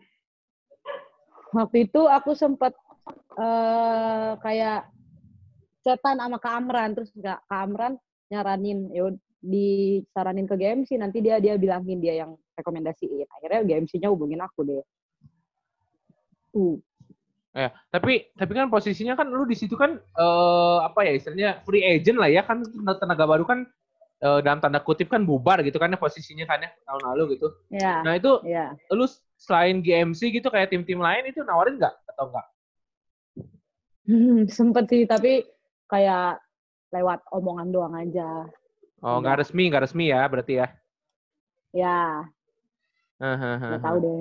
Waktu itu aku sempat eh, kayak chatan sama Kak Amran, terus Kak Amran nyaranin, yaudah disaranin ke G M C, nanti dia dia bilangin dia yang rekomendasiin. Akhirnya G M C-nya hubungin aku deh. Uh. Ya, tapi tapi kan posisinya kan lu di situ kan eh, apa ya istilahnya free agent lah ya kan, tenaga baru kan eh, dalam tanda kutip kan bubar gitu kan ya posisinya kan ya tahun lalu gitu. Ya. Nah itu ya. lu selain G M C gitu kayak tim-tim lain itu nawarin nggak atau enggak? Hmm, sempet sih, tapi kayak lewat omongan doang aja. Oh nggak resmi nggak resmi ya berarti ya? Ya. Nggak tahu deh.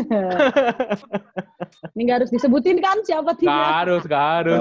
Ini nggak harus disebutin kan siapa timnya? Nggak harus, nggak harus.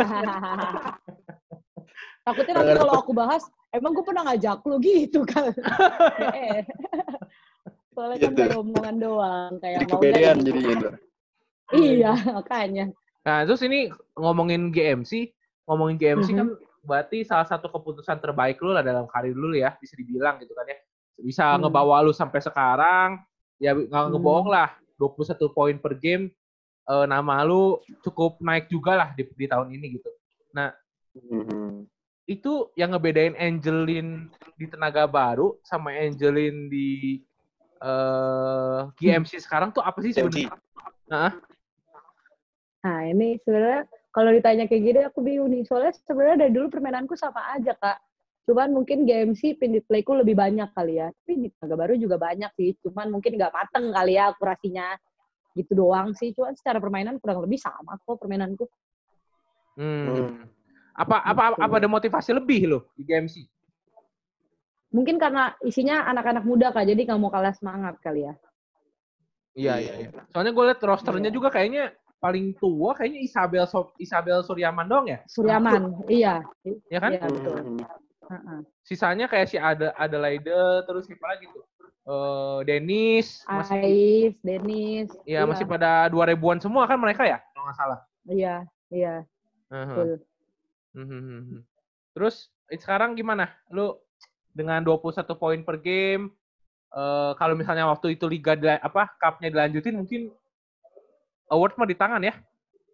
Takutnya nanti kalau aku bahas, emang gue pernah ngajak lu gitu kan? eh. Soalnya kan kayak omongan doang. Kayak jadi kepedean jadi gitu. Iya, makanya. Nah terus ini ngomongin G M C, ngomongin G M C kan berarti salah satu keputusan terbaik lu lah dalam karir lu ya, bisa dibilang gitu kan ya. Bisa hmm. ngebawa lu sampai sekarang. Ya nggak hmm. ngebohong lah, dua puluh satu poin per game, uh, nama lu cukup naik juga lah di, di tahun ini gitu. Nah, hmm. itu yang ngebedain Angelin di Tenaga Baru sama Angelin di uh, G M C sekarang tuh apa sih sebenarnya? Nah. nah, ini sebenarnya kalau ditanya kayak gini aku bingung nih, soalnya sebenarnya dari dulu permainanku sama aja, Kak. Cuman mungkin G M C pin di playku lebih banyak kali ya. Tapi di Tenaga Baru juga banyak sih. Cuman mungkin nggak mateng kali ya akurasinya. Gitu doang sih. Cuman secara permainan kurang lebih sama kok permainanku. Hmm. Apa apa apa ada motivasi lebih loh di G M C? Mungkin karena isinya anak-anak muda Kak. Jadi nggak mau kalah semangat kali ya. Iya iya. iya. Soalnya gue liat rosternya juga kayaknya paling tua kayaknya Isabel Isabel Suryaman dong ya? Suryaman, iya. Iya kan? Iya betul. Uh-uh. Sisanya kayak si ada Adelaide terus siapa lagi tuh? Uh, Dennis, masih Ais, Dennis. Iya, iya, masih pada dua ribuan semua kan mereka ya, kalau nggak salah. Iya, iya. Uh-huh. Uh-huh. Terus sekarang gimana? Lu dengan dua puluh satu poin per game, uh, kalau misalnya waktu itu liga dila- apa cup-nya dilanjutin mungkin award mah di tangan ya?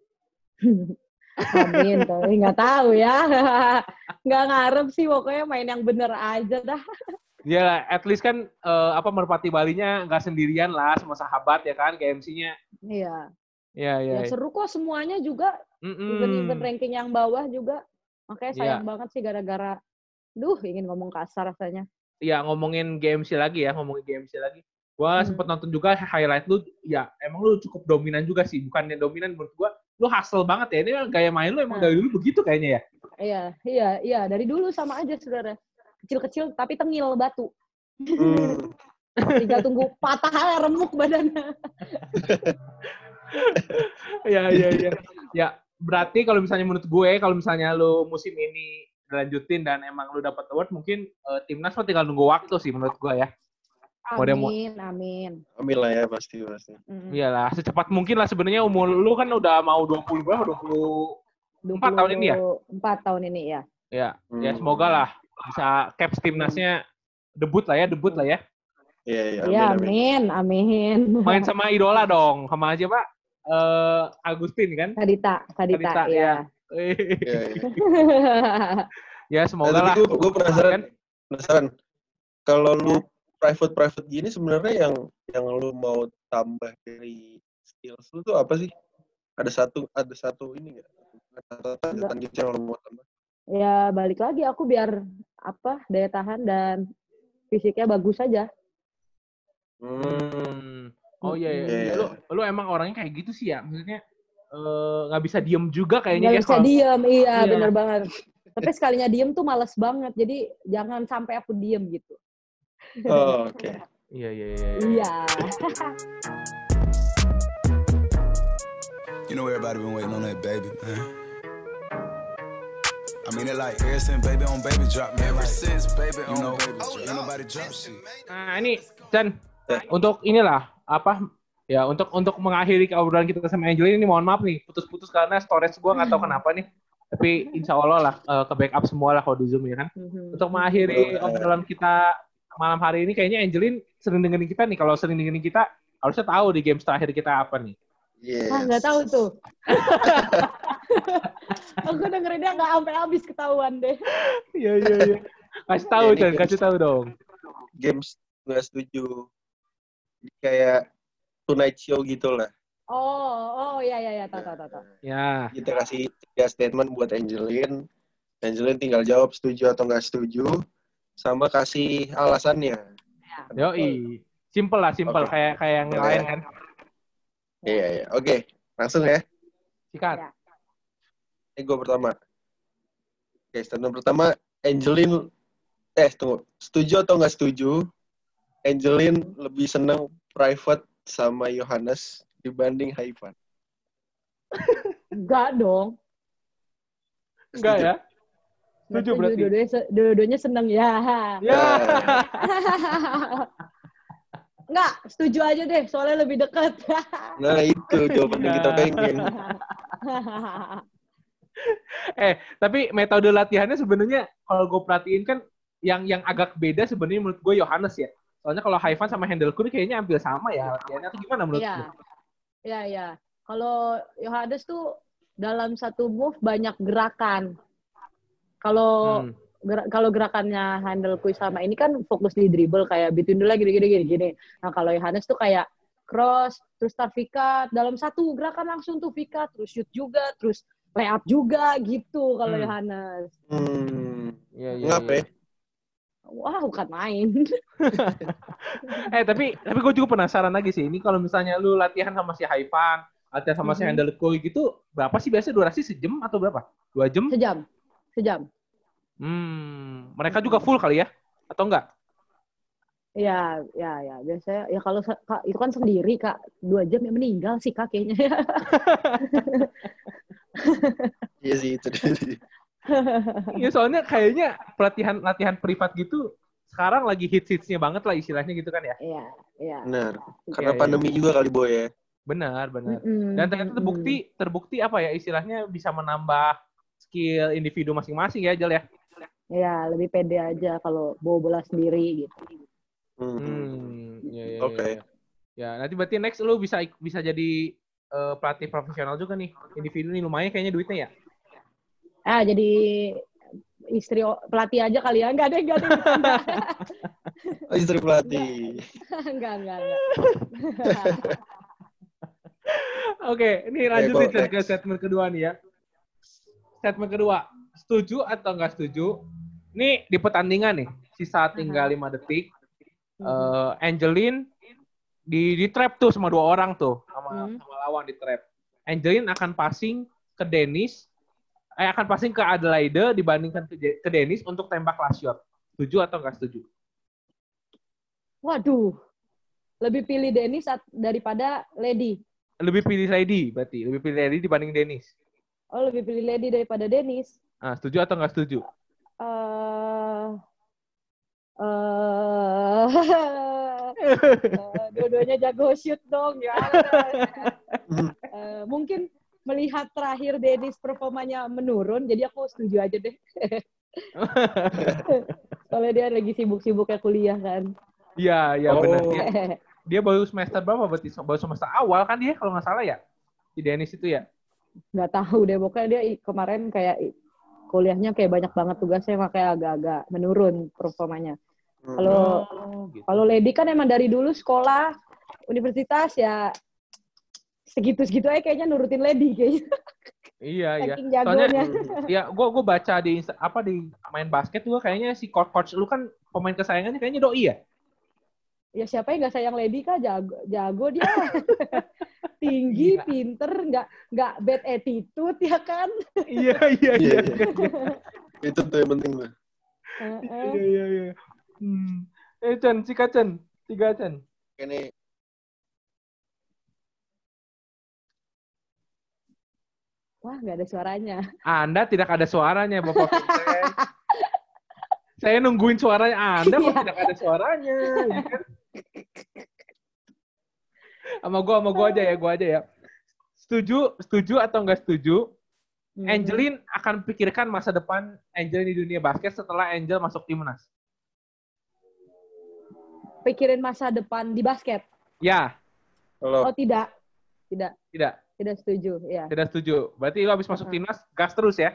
Amin, tapi nggak tahu ya. Nggak ngarep sih, pokoknya main yang bener aja dah. Ya, at least kan uh, apa Merpati Balinya nggak sendirian lah, sama sahabat ya kan, G M C-nya. Iya. Iya, iya. Ya, seru kok semuanya juga. Even-even ranking yang bawah juga. Makanya sayang ya. banget sih gara-gara, duh ingin ngomong kasar rasanya. Iya, ngomongin G M C lagi ya, ngomongin G M C lagi. Gua hmm. sempet nonton juga highlight lu, ya emang lu cukup dominan juga sih, bukannya dominan menurut gua. Lu hustle banget ya, ini gaya main lu emang nah. dari dulu begitu kayaknya ya? Iya, iya, iya, dari dulu sama aja saudara. Kecil-kecil tapi tengil batu. Hmm. Tinggal tunggu patah remuk badannya. Iya, iya, iya. Ya, berarti kalau misalnya menurut gue, kalau misalnya lu musim ini lanjutin dan emang lu dapat award, mungkin uh, timnas lo tinggal nunggu waktu sih menurut gue ya. Amin, amin. Amin lah ya, pasti, pasti. Mm-hmm. Iyalah, secepat mungkin lah sebenarnya umur lu kan udah mau dua puluh berapa? dua puluh empat tahun ini ya? empat tahun ini ya. Ya, hmm. ya semoga lah bisa caps timnasnya debut lah ya, debut lah ya. Iya, iya. Amin, ya, amin, amin. Main sama idola dong, sama aja Pak. Uh, Agustin kan? Kadita, Kadita, Kadita ya. Ya, ya semoga nah, lah. Gue penasaran, kan? penasaran. Kalau lu private private gini sebenarnya yang yang lu mau tambah dari skills lu tuh apa sih? Ada satu ada satu ini nggak? Ada gitu yang lu mau tambah? Ya balik lagi aku biar apa daya tahan dan fisiknya bagus aja. Hmm. Oh iya, iya. Yeah. Lu lu emang orangnya kayak gitu sih ya? Maksudnya nggak uh, bisa diem juga kayaknya. Nggak bisa kalau... diem, iya, iya bener banget. Tapi sekalinya diem tuh males banget. Jadi jangan sampai aku diem gitu. Oh, oke. Okay. Iya, iya, iya. Iya. You know everybody been waiting on that baby, man. I mean it like ever since baby on baby drop, man. Ever since baby on know, baby drop. Ain't nobody drop shit. Nah, ini Chan, untuk inilah apa ya untuk untuk mengakhiri obrolan kita sama Angelin ini mohon maaf nih putus-putus karena storage gua nggak tahu kenapa nih. Tapi insya Allah lah uh, ke backup semua lah kalau di Zoom ya kan. Mm-hmm. Untuk mengakhiri obrolan kita malam hari ini kayaknya Angelin sering dengerin kita nih. Kalau sering dengerin kita harusnya tahu di games terakhir kita apa nih. Yes. Ah nggak tahu tuh. Aku dengerinnya nggak sampai habis ketahuan deh. Iya, iya, iya. Kasih tahu, Ya, ini Chan. games- Kasih tahu dong. Games nggak setuju. Kayak Tonight Show gitu lah. Oh, oh ya ya ya, tahu tahu tahu. tahu. Ya. Kita kasih tiga statement buat Angelin. Angelin tinggal jawab setuju atau nggak setuju. Sama kasih alasannya. Yoi. Simple lah, simple. Oke. Kayak kayak yang Boleh. lain kan. Iya, iya. Oke, langsung ya. Sikat. Ya. Ini gue pertama. Oke, statement pertama. Angelin, eh tunggu. Setuju atau nggak setuju? Angelin lebih senang private sama Yohanes dibanding Haifan. Enggak dong. Enggak Setuju? ya? Setuju berarti. Dua-duanya, se- dua-duanya seneng ya. Ya. Enggak, setuju aja deh, soalnya lebih dekat. Nah itu jawaban yang kita pengen. Eh, tapi metode latihannya sebenarnya kalau gue perhatiin kan yang yang agak beda sebenarnya menurut gue Yohanes ya. Soalnya kalau Haifan sama Handle Kun kayaknya hampir sama ya latihannya. Atau gimana menurut Iya. lu? Iya, iya. Kalau Yohanes tuh dalam satu move banyak gerakan. Kalau Hmm. gera- kalau gerakannya Handle Kui sama ini kan fokus di dribble kayak between the leg gini gini gini gini. Nah, kalau Yohanes tuh kayak cross, terus start V-cut, dalam satu gerakan langsung tuh V-cut, terus shoot juga, terus layup juga gitu kalau Hmm. Yohanes. Hmm. Iya, iya, Ngap iya. ya? Wah, bukan main. Eh, tapi tapi gue juga penasaran lagi sih. Ini kalau misalnya lu latihan sama si Haifan, latihan sama si Mhm. Handle Kun gitu, berapa sih biasanya durasi sejam atau berapa? Dua jam? Sejam. Sejam. Hmm, mereka juga full kali ya? Atau enggak? Iya, ya, ya. Biasanya, ya kalau se- Kak, itu kan sendiri, Kak. Dua jam ya meninggal sih, Kak, kayaknya. Iya sih itu. Iya, soalnya kayaknya pelatihan latihan privat gitu sekarang lagi hits-hitsnya banget lah istilahnya gitu kan ya. Iya, iya. Benar. Karena Iya, iya. pandemi juga kali Boy ya. Benar, benar. Mm-mm, Dan ternyata mm-mm. terbukti terbukti apa ya istilahnya bisa menambah skill individu masing-masing ya, Jel ya. Iya, lebih pede aja kalau bawa bola sendiri gitu. Hmm. Hmm, ya, ya, Oke. ya. Ya, nanti berarti next lu bisa ik- bisa jadi eh, pelatih profesional juga nih. Individu nih lumayan kayaknya duitnya ya. Ah, jadi istri o- pelatih aja kali ya. Enggak deh, enggak deh. Bercanda. Oh, istri pelatih. enggak, enggak, enggak. Oke, ini lanjut Oke, nih Chan, next. ke statement kedua nih ya. Statement kedua, setuju atau nggak setuju? Ini di pertandingan nih, sisa tinggal lima detik. Eh, Angelin di di trap tuh sama dua orang tuh, sama, Hmm. sama lawan di trap. Angelin akan passing ke Dennis, eh akan passing ke Adelaide dibandingkan ke, Je- ke Dennis untuk tembak last shot. Setuju atau nggak setuju? Waduh. Lebih pilih Dennis at- daripada Lady. Lebih pilih Lady berarti, lebih pilih Lady dibanding Dennis. Oh, lebih pilih Lady daripada Dennis. Ah, setuju atau nggak setuju? Eh eh eh, dua-duanya jago shoot dong ya. Eh, mungkin melihat terakhir Dennis performanya menurun, jadi aku setuju aja deh. Soalnya dia lagi sibuk-sibuknya kuliah kan. Iya, iya Oh. benar. Dia, dia baru semester berapa berarti? Baru semester awal kan dia kalau nggak salah ya? Si Dennis itu ya? Nggak tahu deh, pokoknya dia i- kemarin kayak i- kuliahnya kayak banyak banget tugasnya, makanya agak-agak menurun performanya. Kalau Oh, gitu. kalau Lady kan emang dari dulu sekolah universitas ya segitu-segitu aja kayaknya nurutin Lady kayaknya. Iya, iya. Saking Soalnya jagonya. ya gua gua baca di Insta- apa di main basket juga kayaknya si coach coach lu kan pemain kesayangannya kayaknya Doi ya? Ya siapa yang nggak sayang Lady kah, jago, jago dia. Tinggi, Gila. pinter, nggak nggak bad attitude ya kan. Iya, iya, Iya, iya. iya. Itu tuh yang penting tuh. Heeh. Iya, iya, iya. Hmm. Eh, Chan, sikat Chan. Tiga Chan. Ini Wah, nggak ada suaranya. Anda tidak ada suaranya, Bapak Vincent. Saya nungguin suaranya Anda kok Iya. tidak ada suaranya. Ya kan? Sama gua, sama gua aja ya, gua aja ya. Setuju, setuju atau enggak setuju? Hmm. Angelin akan pikirkan masa depan Angel di dunia basket setelah Angel masuk timnas. Pikirin masa depan di basket. Ya, kalau Oh tidak, tidak. tidak. Tidak setuju, ya. Tidak setuju. Berarti lu habis masuk Uh-uh. timnas gas terus ya?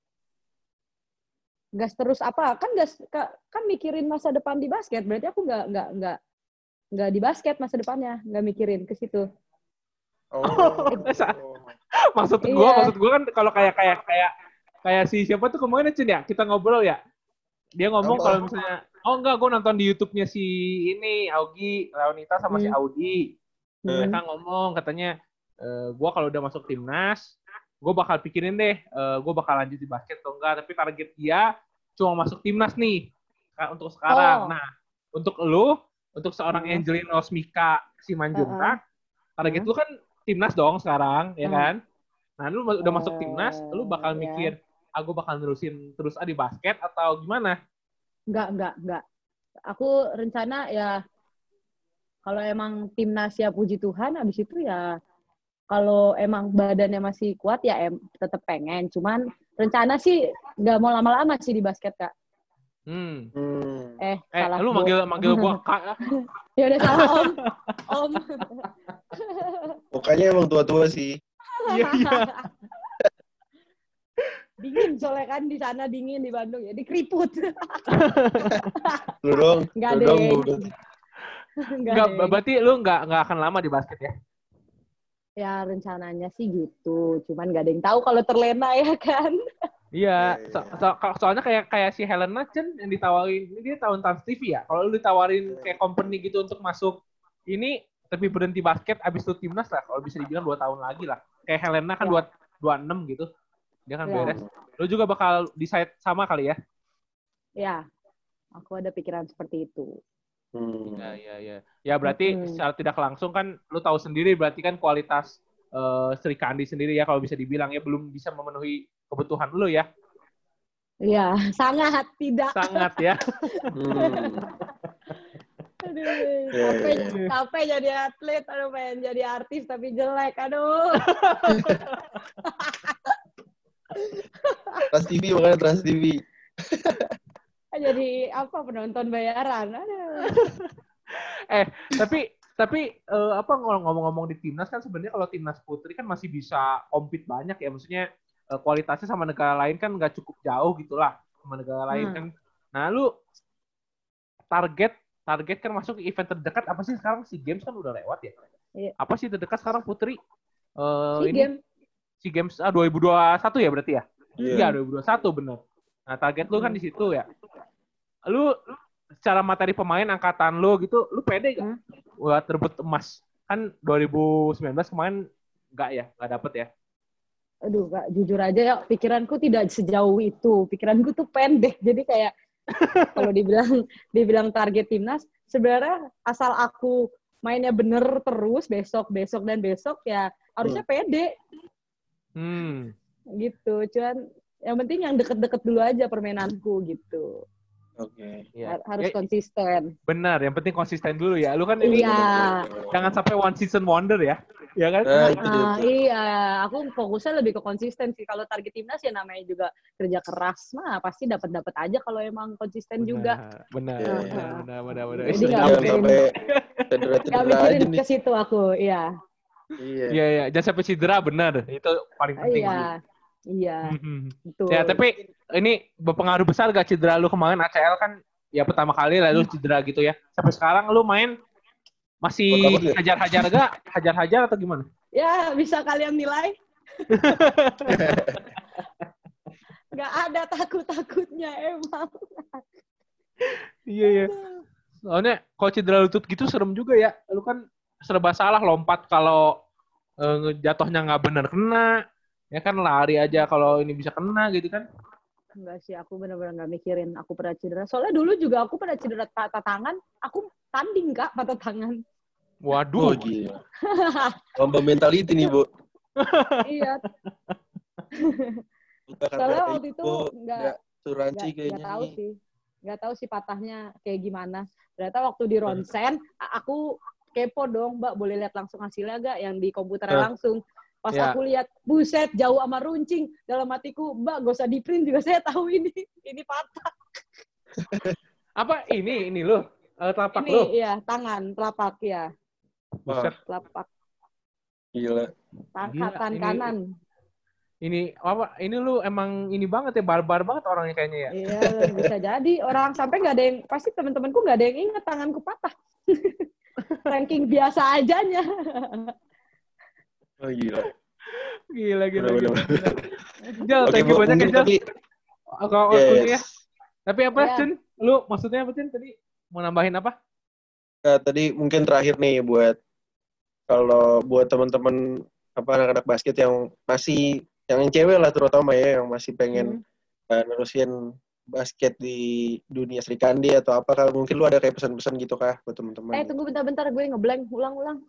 Gas terus apa? Kan gas kan mikirin masa depan di basket. Berarti aku nggak nggak nggak nggak di basket masa depannya, nggak mikirin ke situ. Oh. maksud gue, Iya. maksud gue kan kalau kayak kayak kayak kayak si siapa tuh kemarin Cun ya, kita ngobrol ya. Dia ngomong Apa? kalau misalnya, oh enggak, gue nonton di YouTube-nya si ini Augie, Leonita sama si Hmm. Audi. Hmm. Mereka ngomong katanya, e, gue kalau udah masuk timnas, gue bakal pikirin deh, e, gue bakal lanjut di basket atau enggak. Tapi target dia cuma masuk timnas nih untuk sekarang. Oh. Nah, untuk lu, untuk seorang Hmm. Angelina Osmika Simanjuntak, Uh-uh. target Hmm. lu kan timnas dong sekarang, ya Hmm. kan? Nah, lu udah masuk Uh, timnas, lu bakal ya. mikir, ah gue bakal nerusin terus ah di basket atau gimana? Enggak, enggak, enggak. Aku rencana ya kalau emang timnas ya puji Tuhan, habis itu ya kalau emang badannya masih kuat ya em tetap pengen. Cuman rencana sih nggak mau lama-lama sih di basket, Kak. Hmm. Hmm. Eh, Eh, salah. lu Bo. manggil manggil gua Kak. Ya udah salah, Om. Om. Pokoknya emang tua-tua sih. Iya, iya. Dingin soalnya kan di sana dingin di Bandung ya, di keriput. Lu dong. Enggak Lu deh. dong. Lu dong. Enggak, berarti lu enggak enggak akan lama di basket ya? Ya rencananya sih gitu, cuman nggak ada yang tahu kalau terlena ya kan. Iya, so, so, soalnya kayak kayak si Helena Chen yang ditawarin, ini dia tahun Trans T V ya. Kalau lu ditawarin kayak company gitu untuk masuk ini, tapi berhenti basket, abis itu timnas lah. Kalau bisa dibilang dua tahun lagi lah. Kayak Helena kan Ya. dua dua enam gitu, dia kan Ya. beres. Lu juga bakal decide sama kali ya? Ya, aku ada pikiran seperti itu. Hmm. Iya, iya, iya. Ya berarti Hmm. secara tidak langsung kan lu tahu sendiri berarti kan kualitas uh, Sri Kandi sendiri ya kalau bisa dibilang ya belum bisa memenuhi kebutuhan lu ya. Iya, sangat tidak. Sangat ya. Hmm. Aduh, Ya, capek, ya, ya. capek jadi atlet, aduh pengen jadi artis tapi jelek, aduh. Trans T V makanya Trans T V. Jadi apa penonton bayaran, aduh. eh tapi tapi uh, apa ngomong-ngomong di timnas kan sebenarnya kalau timnas putri kan masih bisa compete banyak ya, maksudnya uh, kualitasnya sama negara lain kan nggak cukup jauh gitulah sama negara lain Hmm. kan. Nah lu target target kan masuk event terdekat apa sih sekarang? SEA Games kan udah lewat ya. Iya. Apa sih terdekat sekarang putri? Uh, Si ini game. SEA Games ah, dua ribu dua puluh satu ya berarti ya? Iya. Iya dua ribu dua puluh satu bener. Nah target lu kan di situ ya. Lu secara materi pemain angkatan lu gitu, lu pede gak? Hmm? Buat rebut emas. Kan dua ribu sembilan belas kemarin enggak ya, enggak dapet ya. Aduh, Kak, jujur aja ya, pikiranku tidak sejauh itu. Pikiranku tuh pendek. Jadi kayak kalau dibilang dibilang target timnas, sebenarnya asal aku mainnya bener terus besok, besok dan besok ya harusnya Hmm. pede. Hmm. Gitu. Cuman yang penting yang deket-deket dulu aja permainanku gitu. Oke. Iya. Har- Harus Ya, konsisten. benar, yang penting konsisten dulu ya. Lu kan ini Iya. jangan sampai one season wonder ya. Ya kan? Nah, itu dia Ah, tuh. iya, aku fokusnya lebih ke konsisten sih. Kalau target timnas ya namanya juga kerja keras mah pasti dapat-dapat aja kalau emang konsisten juga. Benar, Iya, benar, iya. benar, benar, benar. Jadi Ih, nggak sedap Jangan nih. mikirin- sampai Gak cedera-cedera aja mikirin nih. ke situ aku, iya. Iya. Iya, iya, jangan sampai cedera, benar. Itu paling penting. Iya, iya, Mhm. betul. Ya, tapi ini berpengaruh besar gak cedera lu kemarin A C L kan ya pertama kali lalu cedera gitu ya. Sampai sekarang lu main masih Oh, takut ya? hajar-hajar gak? Hajar-hajar atau gimana? Ya, bisa kalian nilai. Gak ada takut-takutnya emang. Iya, iya. Soalnya kalau cedera lutut gitu serem juga ya. Lu kan serba salah lompat kalau eh, jatuhnya nggak benar kena. Ya kan lari aja kalau ini bisa kena gitu kan. Enggak sih, aku benar-benar nggak mikirin aku pernah cedera. Soalnya dulu juga aku pernah cedera patah tangan. Aku tanding, Kak, patah tangan. Waduh. Oh, gila. Lomba mentality nih, Bu. Iya. Bukan Soalnya karena waktu itu Ibu, nggak nggak Suranci nggak kayaknya nggak tahu nih. sih. Nggak tahu sih patahnya kayak gimana. Ternyata waktu di ronsen, a- aku kepo dong, Mbak, boleh lihat langsung hasilnya gak yang di komputernya Hah? langsung. Pas Ya. aku lihat, buset, jauh sama runcing. Dalam hatiku, Mbak, gak usah di print juga saya tahu ini. Ini patah. Apa ini ini lu? Eh, telapak Ini, lu. iya, tangan, telapak, ya. Buset. Telapak. Gila. Angkatan Gila, ini- kanan. Ini apa? Ini lu emang ini banget ya, barbar banget orangnya kayaknya ya. Iya, bisa jadi orang sampai nggak ada yang pasti teman-temanku nggak ada yang inget tanganku patah. Ranking biasa ajanya. Oh gila. Gila gila. Bener, gila. bener. Jal, Oke, thank you Bu, banyak ya mungkin Jal. tapi Kalau yes. kuliah. Ya. Tapi apa, Iya. Cun? Lu maksudnya apa, Cun? Tadi mau nambahin apa? Nah, tadi mungkin terakhir nih buat kalau buat teman-teman apa anak-anak basket yang masih yang cewek lah terutama ya yang masih pengen Hmm. uh, nerusin basket di dunia Sri Kandi atau apa kalau mungkin lu ada kayak pesan-pesan gitu kah buat teman-teman? Eh tunggu bentar-bentar gue ngeblank ulang-ulang.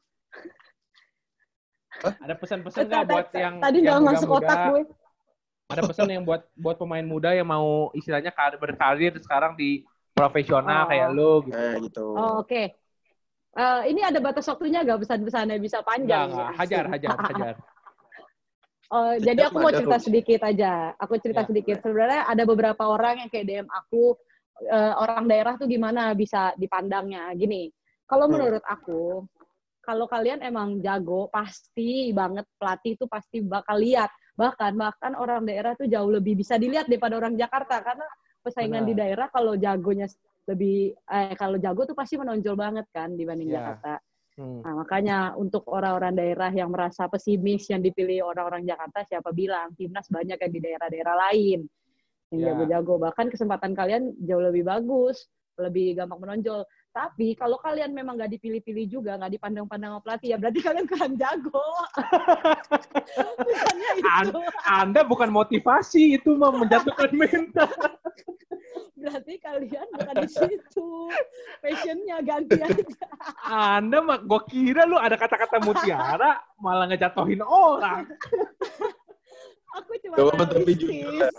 Ada pesan-pesan nggak buat yang tadi yang nggak masuk muda-muda? otak gue. Ada pesan yang buat buat pemain muda yang mau istilahnya karir berkarir sekarang di profesional Oh. kayak lu gitu. Nah gitu. Oh, oke. Okay. Uh, ini ada batas waktunya nggak pesan-pesannya bisa Enggak, panjang? enggak. ya? Hajar, hajar, hajar. Oh, jadi aku mau Ada cerita tuh. sedikit aja. Aku cerita Ya. sedikit. Sebenarnya ada beberapa orang yang kayak D M aku, uh, orang daerah tuh gimana bisa dipandangnya. Gini, kalau Hmm. menurut aku, kalau kalian emang jago, pasti banget pelatih itu pasti bakal lihat. Bahkan bahkan orang daerah tuh jauh lebih bisa dilihat daripada orang Jakarta karena persaingan Benar. di daerah kalau jagonya lebih eh kalau jago tuh pasti menonjol banget kan dibanding Ya. Jakarta. Hmm. Nah, makanya untuk orang-orang daerah yang merasa pesimis yang dipilih orang-orang Jakarta, siapa bilang timnas banyak yang di daerah-daerah lain yang Ya. jago-jago. Bahkan kesempatan kalian jauh lebih bagus, lebih gampang menonjol. Tapi kalau kalian memang nggak dipilih-pilih juga, nggak dipandang-pandang sama pelatih, ya berarti kalian kurang jago. Bukannya itu. An- Anda bukan motivasi, itu mah menjatuhkan mental. Berarti kalian bukan di situ. Passionnya ganti aja. Anda mah, gue kira lu ada kata-kata mutiara, malah ngejatuhin orang. Aku cuma Gak apa-apa, tapi jujur realistis. lah.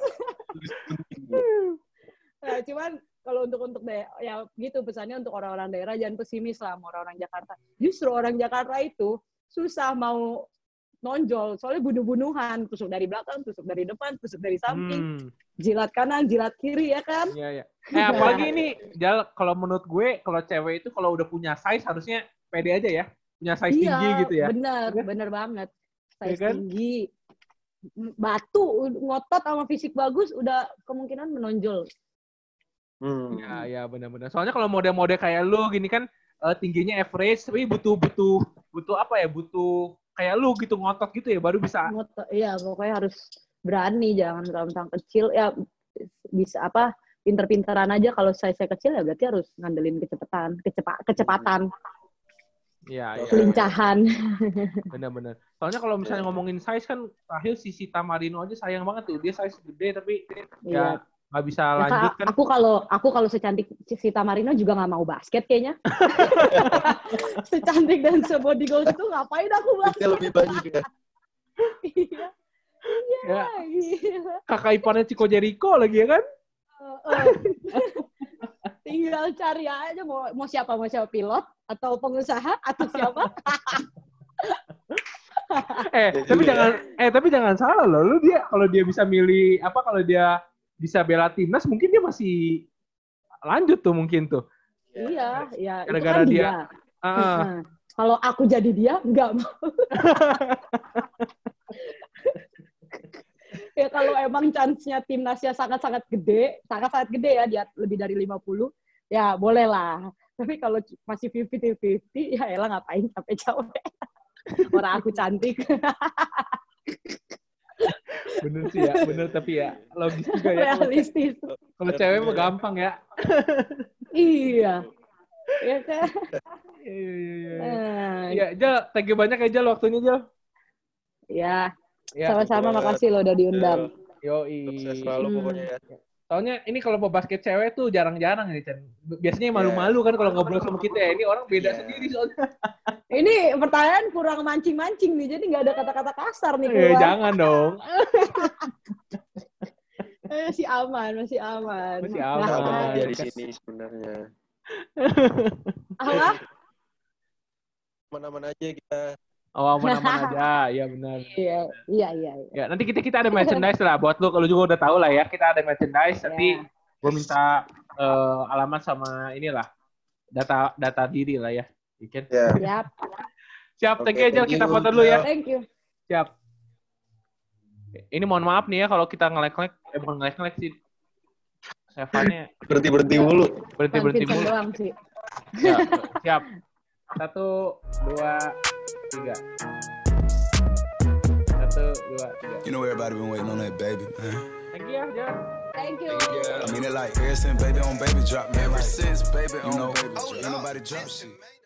Nah, cuman kalau untuk untuk daerah, ya gitu pesannya untuk orang-orang daerah jangan pesimis lah sama orang-orang Jakarta. Justru orang Jakarta itu susah mau nonjol, soalnya bunuh-bunuhan, tusuk dari belakang, tusuk dari depan, tusuk dari samping, Hmm. jilat kanan, jilat kiri ya kan? Iya, iya. Eh, apalagi ini, Jal, kalau menurut gue, kalau cewek itu kalau udah punya size, harusnya pede aja ya. Punya size Iya, tinggi gitu ya. bener, Iya. bener banget. Size Iya kan? tinggi, batu, ngotot sama fisik bagus, udah kemungkinan menonjol. Hmm. Iya, iya, benar-benar. Soalnya kalau mode-mode kayak lu gini kan, eh, tingginya average, tapi butuh, butuh, butuh apa ya, butuh kayak lu gitu, ngotot gitu ya, baru bisa. Ngotot, iya, pokoknya harus berani, jangan mentang kecil. Ya, bisa apa, pinter-pinteran aja. Kalau size kecil ya berarti harus ngandelin kecepatan, kecepa, kecepatan, Iya, iya. kelincahan. Benar-benar. Soalnya kalau misalnya ngomongin size kan, terakhir si Sita Marino aja sayang banget tuh. Dia size gede tapi Iya. ya nggak bisa Ya, lanjut Kak, kan. aku kalau aku kalau secantik Sita Marino juga nggak mau basket kayaknya. Secantik dan sebody goals itu ngapain aku Itu basket? lebih banyak ya. Iya. Iya, Ya, gila. kakak iparnya Chico Jericho lagi ya kan. Uh, uh. Tinggal cari aja mau mau siapa mau siapa pilot atau pengusaha atau siapa. Eh, Ya tapi juga jangan eh tapi jangan salah loh. Lu dia kalau dia bisa milih apa kalau dia bisa bela timnas mungkin dia masih lanjut tuh mungkin tuh. Iya, iya. Itu Gara-gara kan dia- dia. Ah, Nah, kalau aku jadi dia, nggak mau. Ya kalau emang chance-nya timnasnya sangat-sangat gede, sangat-sangat gede ya, dia lebih dari lima puluh, ya boleh lah. Tapi kalau masih lima puluh lima puluh, ya elah ngapain capek-capek. Orang aku cantik. bener sih ya, bener tapi ya logis juga ya. Kalau- Realistis. Kalau cewek mah gampang ya. Iya. Ya kan? Iya, iya, iya. Nah, Iya, Jal, thank you banyak ya Jal waktunya Jal. ya, Ya, sama-sama betul. makasih lo udah diundang. yoi. Sukses selalu Hmm. pokoknya ya. Soalnya ini kalau mau basket cewek tuh jarang-jarang nih, Chan. Biasanya malu-malu kan kalau ngobrol sama kita ya. Ini orang beda Iya. sendiri soalnya. Ini pertanyaan kurang mancing-mancing nih, jadi nggak ada kata-kata kasar nih Eh, keluar. jangan dong. Eh, masih aman, masih aman. Masih Nah, aman. Aman aja di Kas- sini sebenarnya. apa? Aman-aman aja kita. Oh, aman-aman aja. Iya benar. Iya, iya, iya. iya. Ya, nanti kita kita ada merchandise lah buat lu. Kalau juga udah tahu lah ya, kita ada merchandise. Nanti Ya. gue minta eh, alamat sama inilah data data diri lah ya. Ikan. Ya. Siap. Siap, thank you Oke, aja thank kita you. foto dulu ya. Thank you. Siap. Ini mohon maaf nih ya kalau kita nge-lag-lag, eh bukan nge-lag sih. Sevannya Berhenti-berhenti mulu. berhenti-berhenti Vincent mulu. doang sih. Ya, siap. Satu, dua, tiga. Satu, dua, tiga. You know everybody been waiting on that baby, man. Thank you ya, Jan. Thank you. I mean it like ever since baby on baby drop, man. Ever since baby on baby drop, ain't nobody drop shit.